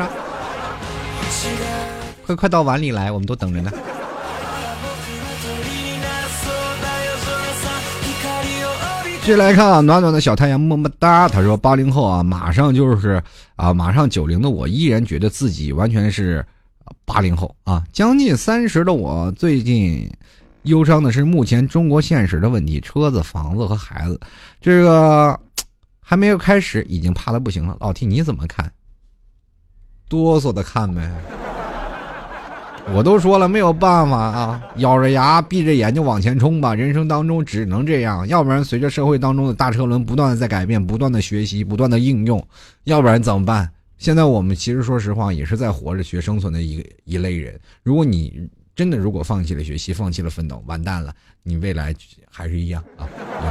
快到碗里来，我们都等着呢。继续来看啊，暖暖的小太阳么么哒。他说80后啊，马上90的我依然觉得自己完全是80后啊。将近30的我最近忧伤的是目前中国现实的问题，车子、房子和孩子，这个还没有开始已经怕得不行了。老 T 你怎么看？哆嗦的看呗。我都说了没有办法啊，咬着牙闭着眼就往前冲吧，人生当中只能这样，要不然随着社会当中的大车轮不断的在改变，不断的学习，不断的应用，要不然怎么办？现在我们其实说实话也是在活着学生存的一类人，如果你真的如果放弃了学习，放弃了奋斗，完蛋了，你未来还是一样啊。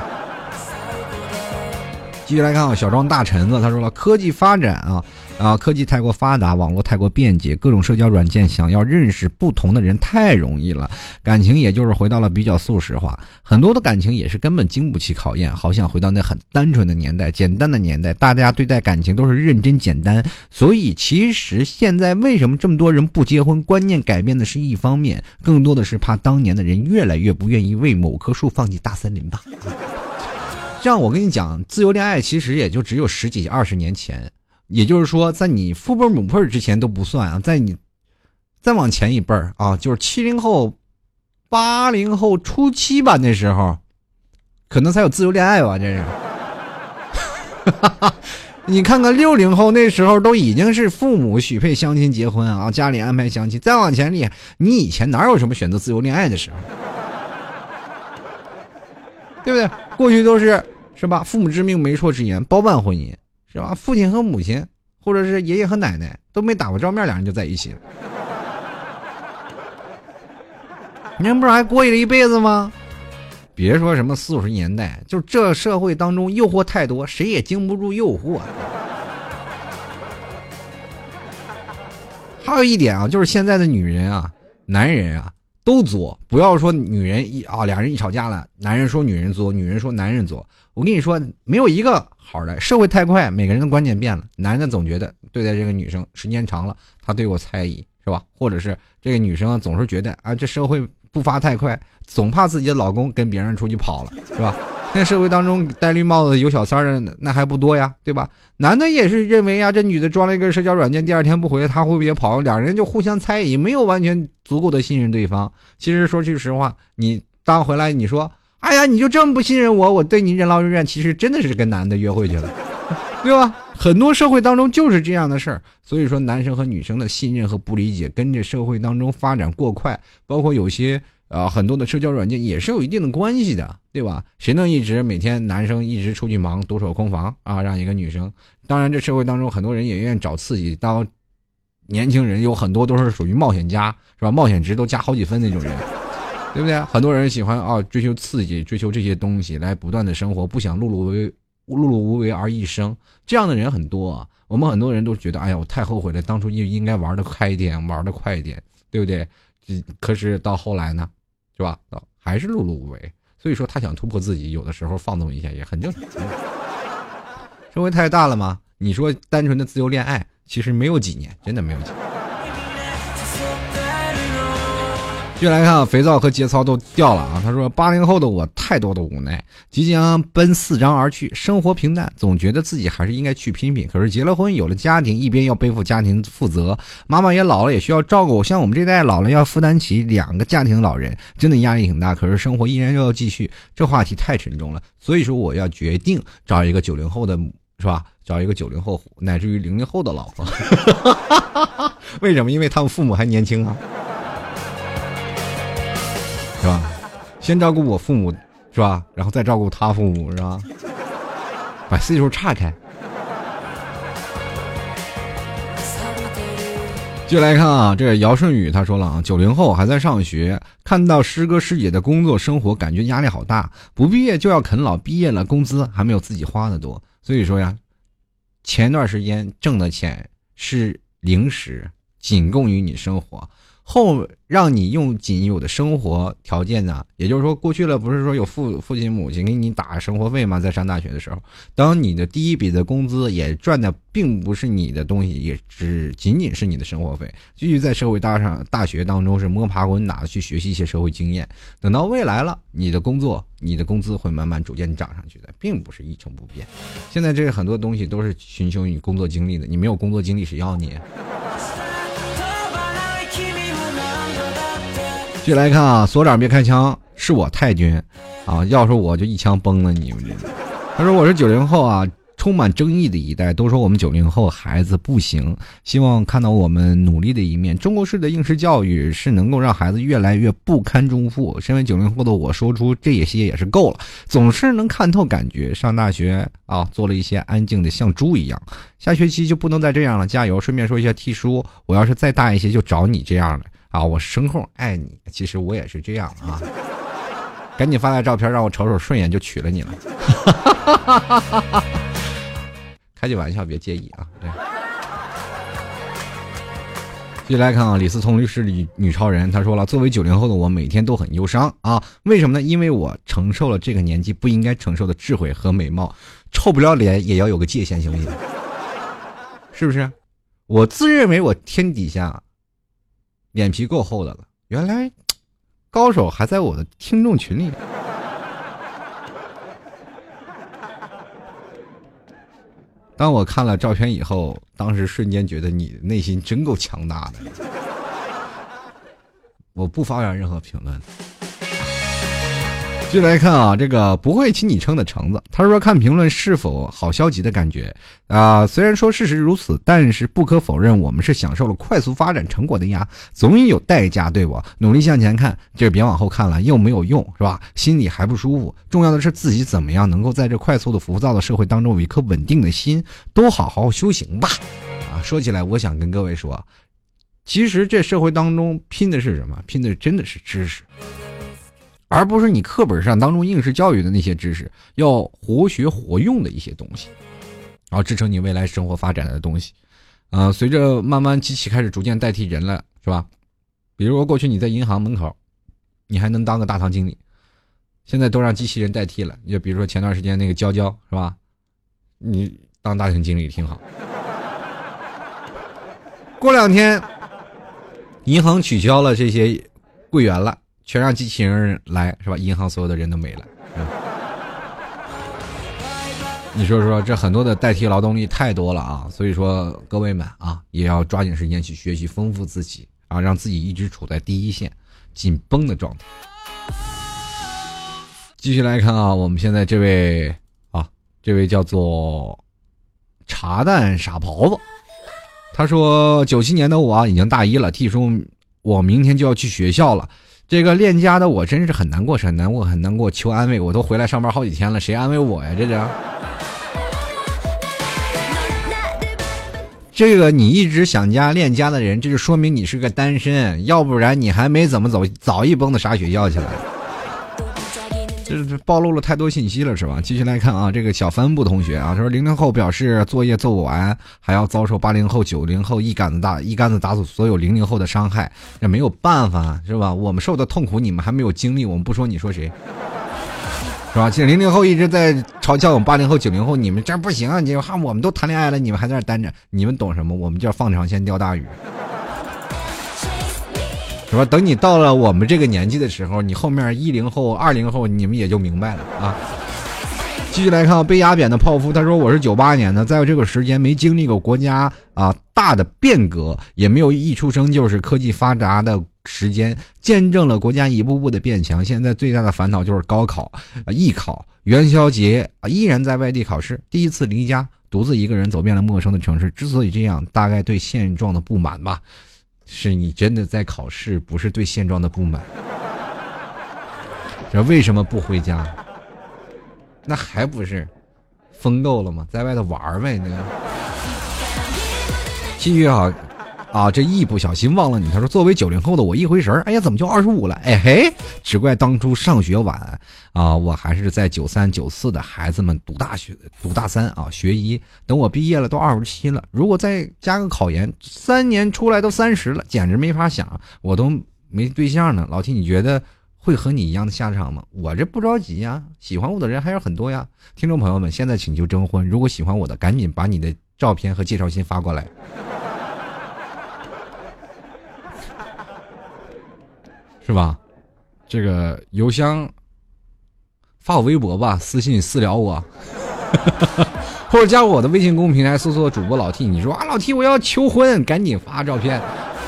继续来看啊，小庄大橙子他说了，科技发展科技太过发达，网络太过便捷，各种社交软件想要认识不同的人太容易了，感情也就是回到了比较速食化，很多的感情也是根本经不起考验，好像回到那很单纯的年代，简单的年代，大家对待感情都是认真简单。所以其实现在为什么这么多人不结婚，观念改变的是一方面，更多的是怕当年的人越来越不愿意为某棵树放弃大森林吧。这样我跟你讲，自由恋爱其实也就只有10几20年前，也就是说在你父辈母辈之前都不算啊，在你再往前一辈啊，就是70后80后初期吧，那时候可能才有自由恋爱吧，这是你看看60后那时候都已经是父母许配相亲结婚啊，家里安排相亲，再往前里你以前哪有什么选择自由恋爱的时候，对不对？过去都是吧，父母之命媒妁之言，包办婚姻，是吧？父亲和母亲或者是爷爷和奶奶都没打过照面，两人就在一起了，你们不是还过了一辈子吗？别说什么40年代，就这社会当中诱惑太多，谁也经不住诱惑。还有一点啊，就是现在的女人啊男人啊都作，不要说女人两人一吵架了，男人说女人作，女人说男人作。我跟你说，没有一个好的，社会太快，每个人的观念变了。男的总觉得对待这个女生时间长了，他对我猜疑，是吧？或者是这个女生总是觉得这社会步伐太快，总怕自己的老公跟别人出去跑了，是吧？现在社会当中戴绿帽子有小三的那还不多呀，对吧？男的也是认为这女的装了一个社交软件，第二天不回来，他会不会跑？两人就互相猜疑，没有完全足够的信任对方。其实说句实话，你当回来你说，哎呀，你就这么不信任我对你任劳任怨，其实真的是跟男的约会去了，对吧？很多社会当中就是这样的事儿。所以说男生和女生的信任和不理解跟着社会当中发展过快，包括有些很多的社交软件也是有一定的关系的，对吧？谁能一直每天男生一直出去忙独守空房让一个女生，当然这社会当中很多人也愿意找刺激，当年轻人有很多都是属于冒险家，是吧？冒险值都加好几分那种人，对不对？很多人喜欢追求刺激，追求这些东西来不断的生活，不想碌碌无为而一生，这样的人很多啊。我们很多人都觉得，哎呀，我太后悔了，当初就应该玩得开一点，玩得快一点，对不对？可是到后来呢，是吧？还是碌碌无为。所所以说他想突破自己，有的时候放纵一下也很正常。社会太大了吗？你说单纯的自由恋爱，其实没有几年，真的没有几年。继续来看啊，肥皂和节操都掉了啊。他说80后的我太多的无奈，即将奔4张而去，生活平淡，总觉得自己还是应该去拼拼。可是结了婚有了家庭，一边要背负家庭负责，妈妈也老了也需要照顾，像我们这代老了要负担起2个家庭老人，真的压力挺大。可是生活依然要继续，这话题太沉重了，所以说我要决定找一个90后的，是吧？找一个90后乃至于00后的老婆。为什么？因为他们父母还年轻啊，是吧？先照顾我父母，是吧？然后再照顾他父母，是吧？把岁数岔开。接下来看啊，这个姚顺宇他说了啊，90后还在上学，看到师哥师姐的工作生活，感觉压力好大，不毕业就要啃老，毕业了工资还没有自己花的多。所以说呀，前段时间挣的钱是零食，仅供于你生活，后让你用仅有的生活条件呢，也就是说过去了不是说有父亲母亲给你打生活费吗？在上大学的时候，当你的第一笔的工资也赚的并不是你的东西，也只仅仅是你的生活费，继续在社会大学当中是摸爬滚打的去学习一些社会经验，等到未来了，你的工作你的工资会慢慢逐渐涨上去的，并不是一成不变。现在这很多东西都是寻求你工作经历的，你没有工作经历谁要你？继续来看啊，所长别开枪，是我太君啊！要是我就一枪崩了你们这。他说我是90后啊，充满争议的一代，都说我们90后孩子不行，希望看到我们努力的一面。中国式的应试教育是能够让孩子越来越不堪重负。身为90后的我，说出这些也是够了，总是能看透感觉。上大学啊，做了一些安静的像猪一样，下学期就不能再这样了，加油！顺便说一下T叔，我要是再大一些就找你这样的啊，我声控爱你，其实我也是这样啊。赶紧发来照片让我瞅瞅，顺眼就娶了你了。开句玩笑，别介意啊。对。继续来看啊，李思聪律师女超人，他说了，作为90后的我，每天都很忧伤啊。为什么呢？因为我承受了这个年纪不应该承受的智慧和美貌，臭不了脸也要有个界限，行不行？是不是？我自认为我天底下脸皮够厚的了，原来高手还在我的听众群里。当我看了照片以后，当时瞬间觉得你的内心真够强大的。我不发表任何评论。继续来看啊，这个不会起你称的橙子，他说看评论是否好消极的感觉啊、虽然说事实如此，但是不可否认，我们是享受了快速发展成果的呀，总有代价，对不？努力向前看，这别往后看了，又没有用，是吧？心里还不舒服，重要的是自己怎么样能够在这快速的浮躁的社会当中有一颗稳定的心，都好好修行吧。啊，说起来，我想跟各位说，其实这社会当中拼的是什么？拼的真的是知识。而不是你课本上当中应试教育的那些知识，要活学活用的一些东西，然后支撑你未来生活发展的东西。随着慢慢机器开始逐渐代替人了，是吧？比如说过去你在银行门口，你还能当个大堂经理，现在都让机器人代替了。就比如说前段时间那个娇娇，是吧？你当大堂经理挺好。过2天，银行取消了这些柜员了。全让机器人来，是吧？银行所有的人都没了。你说说，这很多的代替劳动力太多了啊！所以说，各位们啊，也要抓紧时间去学习，丰富自己啊，让自己一直处在第一线，紧绷的状态。继续来看啊，我们现在这位叫做茶蛋傻狍子，他说97年的我啊，已经大1了，T叔，我明天就要去学校了。这个恋家的我真是很难过，很难过，求安慰，我都回来上班好几天了，谁安慰我呀？这个你一直想家恋家的人，这就说明你是个单身，要不然你还没怎么走，早一蹦子傻学校去了。这暴露了太多信息了，是吧？继续来看啊，这个小帆布同学啊，他说00后表示作业做不完，还要遭受80后、90后一竿子打死所有00后的伤害，这没有办法，是吧？我们受的痛苦你们还没有经历，我们不说，你说谁？ 是吧？这00后一直在嘲笑我们80后、90后，你们这不行啊！你看我们都谈恋爱了，你们还在那单着，你们懂什么？我们叫放长线钓大鱼，是吧？等你到了我们这个年纪的时候，你后面10后、20后，你们也就明白了啊。继续来看被压扁的泡芙，他说我是98年的，在这个时间没经历过国家大的变革，也没有一出生就是科技发达的时间，见证了国家一步步的变强。现在最大的烦恼就是高考、艺考、元宵节依然在外地考试，第一次离家，独自一个人走遍了陌生的城市。之所以这样，大概对现状的不满吧，是你真的在考试，不是对现状的不满。这为什么不回家？那还不是疯够了吗？在外头玩呗，那个。继续这一不小心忘了你。他说作为90后的我一回神，哎呀怎么就25了？哎嘿，只怪当初上学晚我还是在93、94的孩子们读大学、读大三学医，等我毕业了都27了，如果再加个考研，3年出来都30了，简直没法想，我都没对象呢。老T，你觉得会和你一样的下场吗？我这不着急呀，喜欢我的人还有很多呀。听众朋友们，现在请求征婚，如果喜欢我的，赶紧把你的照片和介绍信发过来。是吧？这个邮箱发我微博吧，私信私聊我，或者加我的微信公众平台搜索主播老 T。你说老 T 我要求婚，赶紧发照片，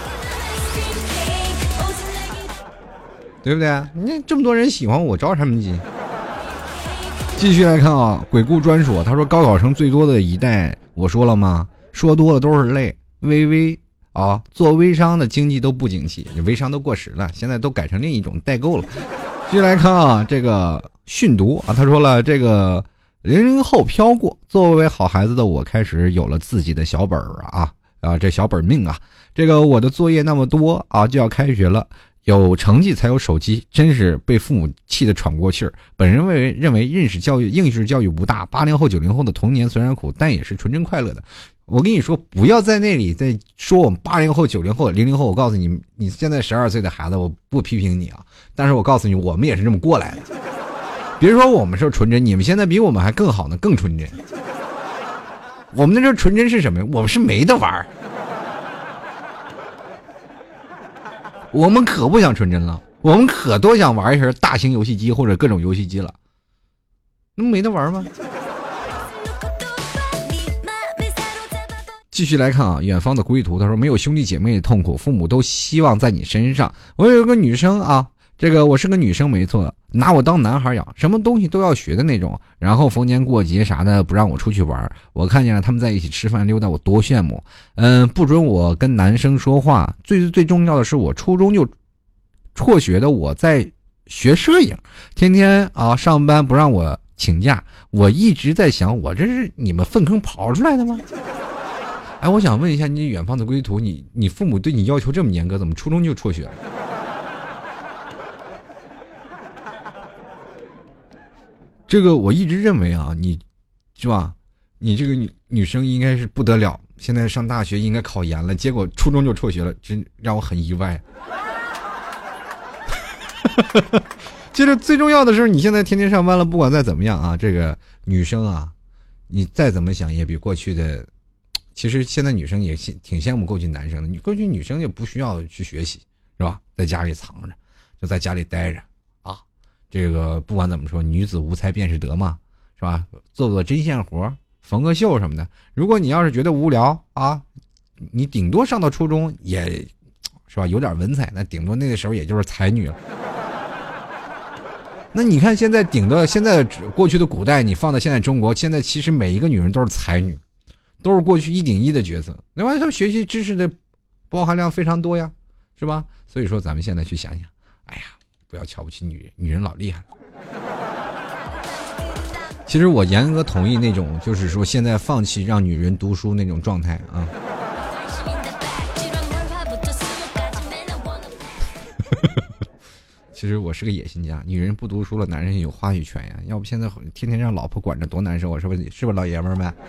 对不对？你这么多人喜欢我，着什么急？继续来看鬼谷专属，他说高考生最多的一代，我说了吗？说多了都是泪，微微。做微商的经济都不景气，微商都过时了，现在都改成另一种代购了。继续来看这个训读他说了，这个00后飘过，作为好孩子的我开始有了自己的小本这小本命这个我的作业那么多就要开学了，有成绩才有手机，真是被父母气得喘不过气儿。本人认为应试教育不大，80后90后的童年虽然苦，但也是纯真快乐的。我跟你说，不要在那里再说我们80后、90后、00后。我告诉你，你现在12岁的孩子，我不批评你但是我告诉你，我们也是这么过来的。别说我们是纯真，你们现在比我们还更好呢，更纯真。我们那时候纯真是什么？我们是没得玩，我们可不想纯真了，我们可多想玩一下大型游戏机或者各种游戏机了，那没得玩吗？继续来看远方的归途，他说没有兄弟姐妹的痛苦，父母都希望在你身上。我有一个女生这个我是个女生没错，拿我当男孩养，什么东西都要学的那种，然后逢年过节啥的不让我出去玩，我看见了他们在一起吃饭溜达，我多羡慕。不准我跟男生说话，最重要的是我初中就辍学的，我在学摄影，天天上班不让我请假，我一直在想，我这是你们粪坑刨出来的吗？哎，我想问一下，你远方的归途，你父母对你要求这么严格，怎么初中就辍学了？这个我一直认为你是吧？你这个女生应该是不得了，现在上大学应该考研了，结果初中就辍学了，真让我很意外。接着最重要的是，你现在天天上班了，不管再怎么样这个女生你再怎么想也比过去的。其实现在女生也挺羡慕过去男生的，你过去女生也不需要去学习，是吧？在家里藏着，就在家里待着这个不管怎么说，女子无才便是德嘛，是吧？做针线活，缝个绣什么的。如果你要是觉得无聊你顶多上到初中也是吧，有点文采，那顶多那个时候也就是才女了。那你看现在现在过去的古代，你放到现在中国，现在其实每一个女人都是才女。都是过去1顶1的角色，另外他们学习知识的包含量非常多呀，是吧？所以说咱们现在去想想，哎呀，不要瞧不起女人，女人老厉害了。其实我严格同意那种，就是说现在放弃让女人读书那种状态其实我是个野心家，女人不读书了，男人有话语权呀，要不现在天天让老婆管着多难受啊，是不是老爷们儿们？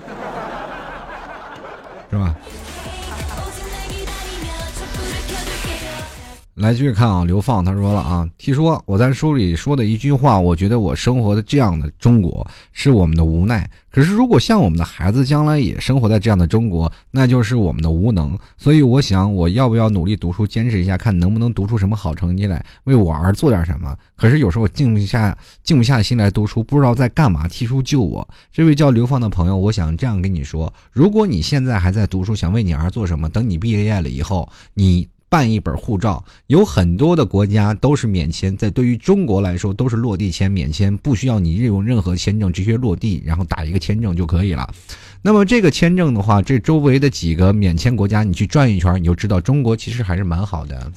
是吧？ 来继续看啊，刘放他说了啊，听说我在书里说的一句话，我觉得我生活的这样的中国是我们的无奈，可是如果像我们的孩子将来也生活在这样的中国，那就是我们的无能。所以我想我要不要努力读书，坚持一下，看能不能读出什么好成绩来，为我儿做点什么。可是有时候静不下心来读书，不知道在干嘛，替书救我。这位叫刘放的朋友，我想这样跟你说，如果你现在还在读书，想为你儿做什么，等你毕业了以后，你办一本护照，有很多的国家都是免签，在对于中国来说都是落地签免签，不需要你用任何签证，直接落地然后打一个签证就可以了。那么这个签证的话，这周围的几个免签国家你去转一圈，你就知道中国其实还是蛮好的。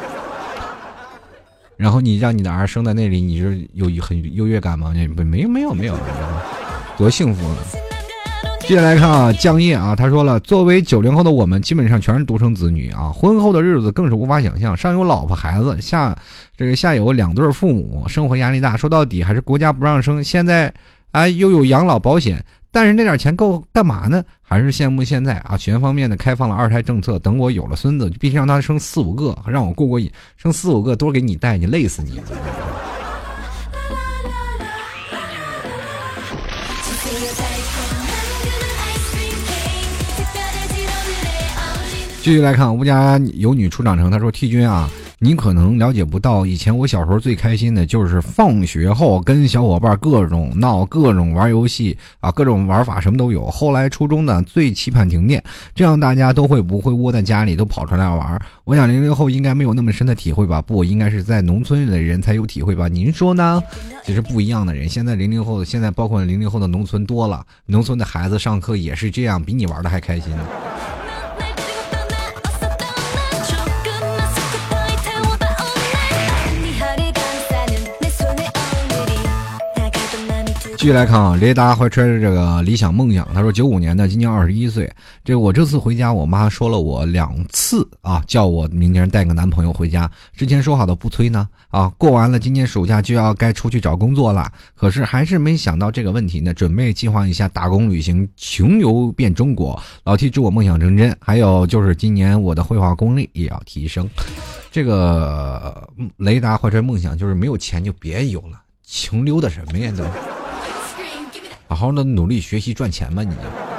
然后你让你的儿生在那里，你是有很优越感吗？没有，多幸福啊。接下来看啊，江夜啊，他说了，作为90后的我们，基本上全是独生子女啊，婚后的日子更是无法想象，上有老婆孩子，下有2对父母，生活压力大，说到底还是国家不让生，现在又有养老保险，但是那点钱够干嘛呢？还是羡慕现在啊，全方面的开放了2胎政策，等我有了孙子，就必须让他生4、5个，让我过瘾，生4、5个多给你带，你累死你了。继续来看，吴家有女出长成，他说 T 君啊，你可能了解不到，以前我小时候最开心的就是放学后跟小伙伴各种闹，各种玩游戏啊，各种玩法什么都有。后来初中呢，最期盼停电，这样大家都会不会窝在家里，都跑出来玩。我想00后应该没有那么深的体会吧？不，应该是在农村里的人才有体会吧？您说呢？其实不一样的人，现在00后，现在包括00后的农村多了，农村的孩子上课也是这样，比你玩的还开心呢。继续来看啊，雷达怀揣着这个理想梦想，他说95年的，今年21岁。我这次回家，我妈说了我2次啊，叫我明年带个男朋友回家。之前说好的不催呢啊，过完了今年暑假就要该出去找工作了，可是还是没想到这个问题呢，准备计划一下打工旅行，穷游遍中国。老 T 祝我梦想成真，还有就是今年我的绘画功力也要提升。这个雷达怀揣梦想，就是没有钱就别有了，穷溜达什么呀都。好好的努力学习赚钱吧你。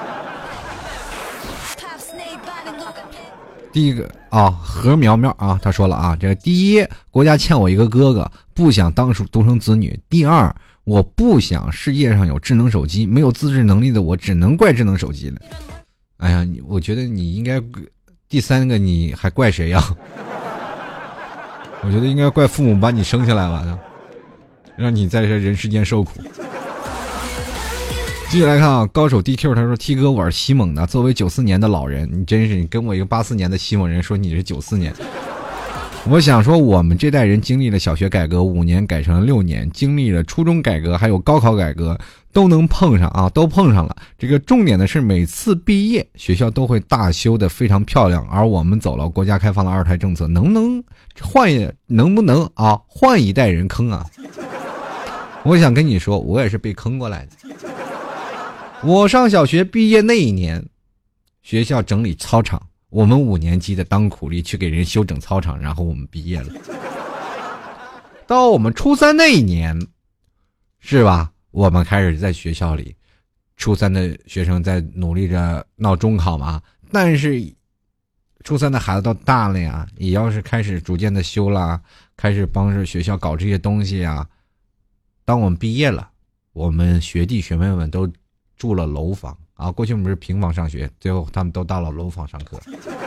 第一个啊，何苗苗啊，他说了啊，第一，国家欠我一个哥哥，不想当独生子女；第二，我不想世界上有智能手机，没有自制能力的我只能怪智能手机了。哎呀，我觉得你应该第三个你还怪谁呀？我觉得应该怪父母把你生下来了，让你在这人世间受苦。继续来看啊，高手 DQ 他说 T 哥我是西蒙的，作为94年的老人，你真是，你跟我一个84年的西蒙人说你是94年。我想说我们这代人经历了小学改革5年改成了6年，经历了初中改革还有高考改革，都能碰上啊，都碰上了。这个重点的是每次毕业学校都会大修的非常漂亮，而我们走了国家开放了2胎政策，能不能换一代人坑啊？我想跟你说，我也是被坑过来的。我上小学毕业那一年，学校整理操场，我们5年级的当苦力去给人修整操场，然后我们毕业了。到我们初3那一年，是吧？我们开始在学校里，初3的学生在努力着闹中考嘛，但是初3的孩子都大了呀，也要是开始逐渐的修啦，开始帮着学校搞这些东西啊。当我们毕业了，我们学弟学妹们都住了楼房啊，过去我们是平房上学，最后他们都到了楼房上课。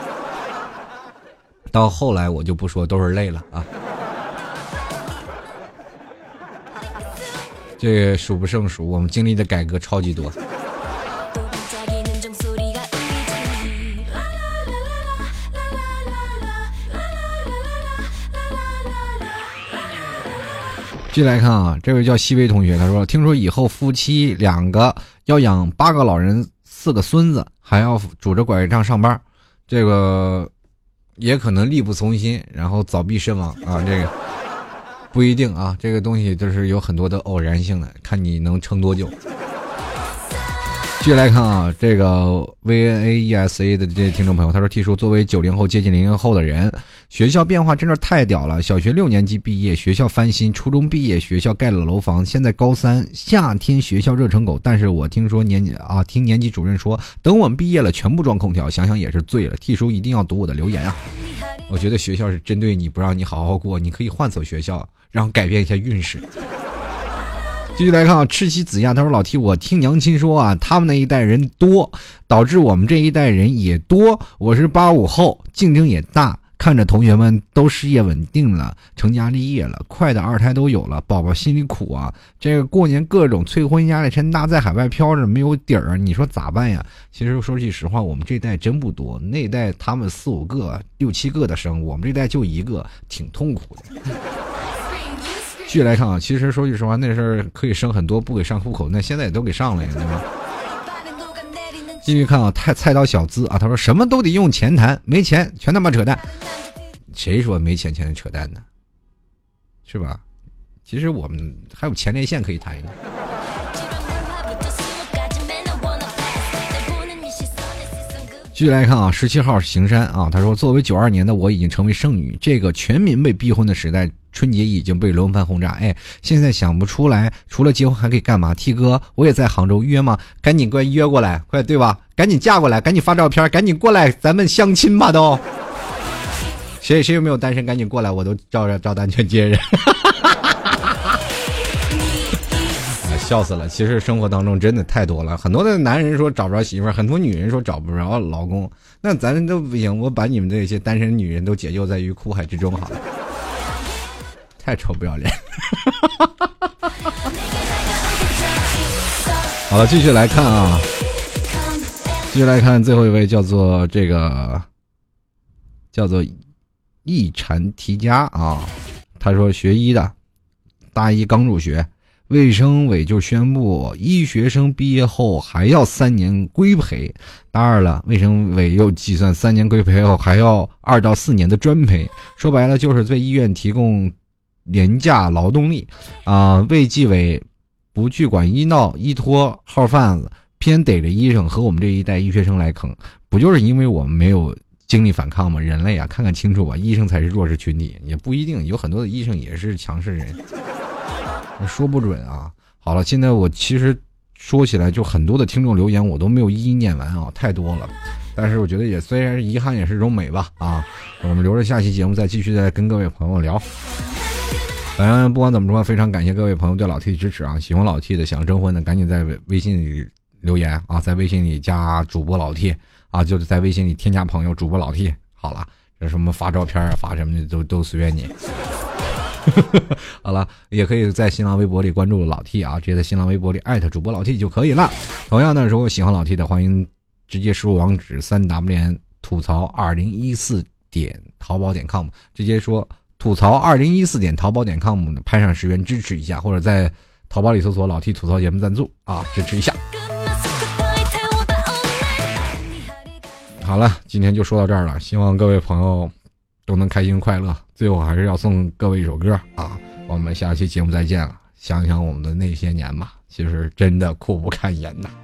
到后来我就不说，都是累了啊。这个数不胜数，我们经历的改革超级多。继续来看啊，这位叫西薇同学，他说听说以后夫妻2个要养8个老人4个孙子，还要拄着拐杖上班，这个也可能力不从心，然后早避身亡啊，这个不一定啊，这个东西就是有很多的偶然性的，看你能撑多久。 继续来看啊，这个 VNAESA 的这些听众朋友，他说 T 叔作为90后接近00后的人，学校变化真的太屌了。小学6年级毕业，学校翻新；初中毕业，学校盖了楼房。现在高3，夏天学校热成狗，但是我听说听年级主任说，等我们毕业了，全部装空调。想想也是醉了。T 叔一定要读我的留言啊！我觉得学校是针对你，不让你好好过，你可以换所学校，然后改变一下运势。继续来看啊，赤西子亚他说老 T， 我听娘亲说啊，他们那一代人多，导致我们这一代人也多。我是85后，竞争也大，看着同学们都事业稳定了，成家立业了，快的2胎都有了，宝宝心里苦啊。这个过年各种催婚压力山大，在海外飘着没有底儿，你说咋办呀？其实说句实话，我们这一代真不多，那一代他们4、5个、6、7个的生，我们这一代就1个，挺痛苦的。继续来看啊，其实说句实话，那事儿可以生很多，不给上户口，那现在也都给上了呀，对吧？继续看啊，菜刀小资啊，他说什么都得用钱谈，没钱全他妈扯淡。谁说没钱全扯淡呢？是吧？其实我们还有前列腺可以谈呢。继续来看啊，17号行山啊，他说作为92年的我已经成为剩女，这个全民被逼婚的时代，春节已经被轮番轰炸。哎，现在想不出来除了结婚还可以干嘛。 T 哥我也在杭州，约吗？赶紧快约过来，快，对吧？赶紧嫁过来，赶紧发照片，赶紧过来，咱们相亲吧都。谁有没有单身赶紧过来，我都照单全接人。笑死了！其实生活当中真的太多了，很多的男人说找不着媳妇儿，很多女人说找不着老公，那咱都不行，我把你们这些单身女人都解救在于苦海之中好了。太臭不要脸。好了，继续来看啊，继续来看最后一位，叫做一禅提家啊，他说学医的，大一刚入学，卫生委就宣布医学生毕业后还要3年规培，大二了，卫生委又计算3年规培后还要2到4年的专培，说白了就是对医院提供廉价劳动力啊。卫计委不去管医托号贩子，偏逮着医生和我们这一代医学生来坑，不就是因为我们没有经历反抗吗？人类啊，看看清楚吧，医生才是弱势群体，也不一定，有很多的医生也是强势人，说不准啊。好了，现在我其实说起来就很多的听众留言我都没有一一念完啊，太多了，但是我觉得也虽然是遗憾也是一种美吧啊，我们留着下期节目再继续再跟各位朋友聊。反正不管怎么说，非常感谢各位朋友对老 T 的支持啊！喜欢老 T 的想征婚的赶紧在微信里留言啊，在微信里加主播老 T 啊，就是在微信里添加朋友主播老 T。好了，这什么发照片啊发什么的都随便你。好了，也可以在新浪微博里关注老 T 啊，直接在新浪微博里艾特主播老 T 就可以了。同样的，如果喜欢老 T 的，欢迎直接输入网址3W 吐槽2014淘宝.com， 直接说吐槽2014淘宝.com 拍上10元支持一下，或者在淘宝里搜索老 T 吐槽节目赞助啊，支持一下。好了，今天就说到这儿了，希望各位朋友都能开心快乐。最后还是要送各位一首歌啊，我们下期节目再见了。想想我们的那些年吧，其实真的苦不堪言呐。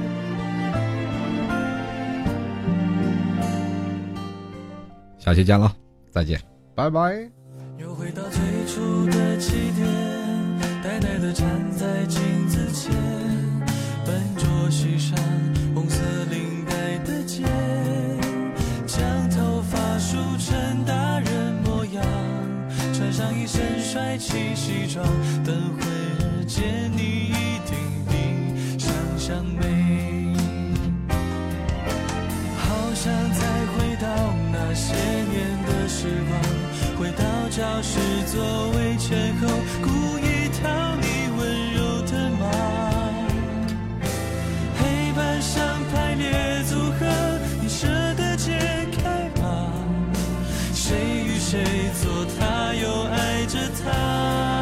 下期见了，再见，拜拜。 又回到最初的起点，呆呆地站在镜子前，笨拙系上红色领带的结，将头发梳成大人模样，穿上一身帅气西装，等会儿见你一定比想象美。好想再回到那些年的时光，回到教室座位前后，故意讨你温柔的骂。黑板上排列组合，你舍得解开吗？谁与谁做他，又爱着他。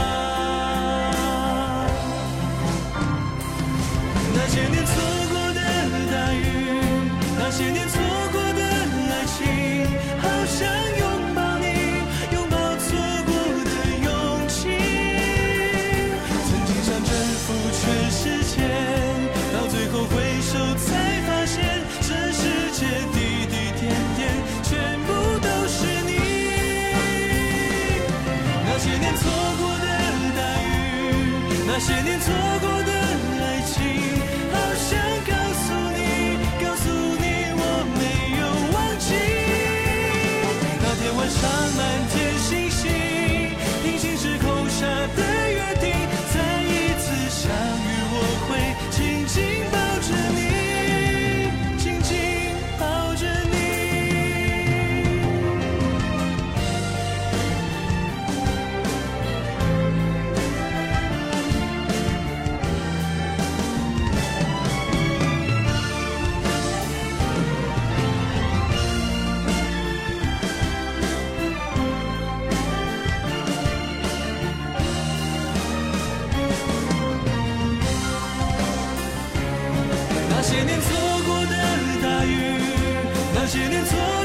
那些年错过的大雨，那些年错过的爱情，好想拥抱你，拥抱错过的勇气。曾经想征服全世界，到最后会些年错过的大雨，那些年错过的爱情，好想告诉你，告诉你我没有忘记。那天晚上满天星星，平行时空下的约定，再一次相遇我会紧紧抱着你，紧紧抱着你。那些年错过的大雨，那些年错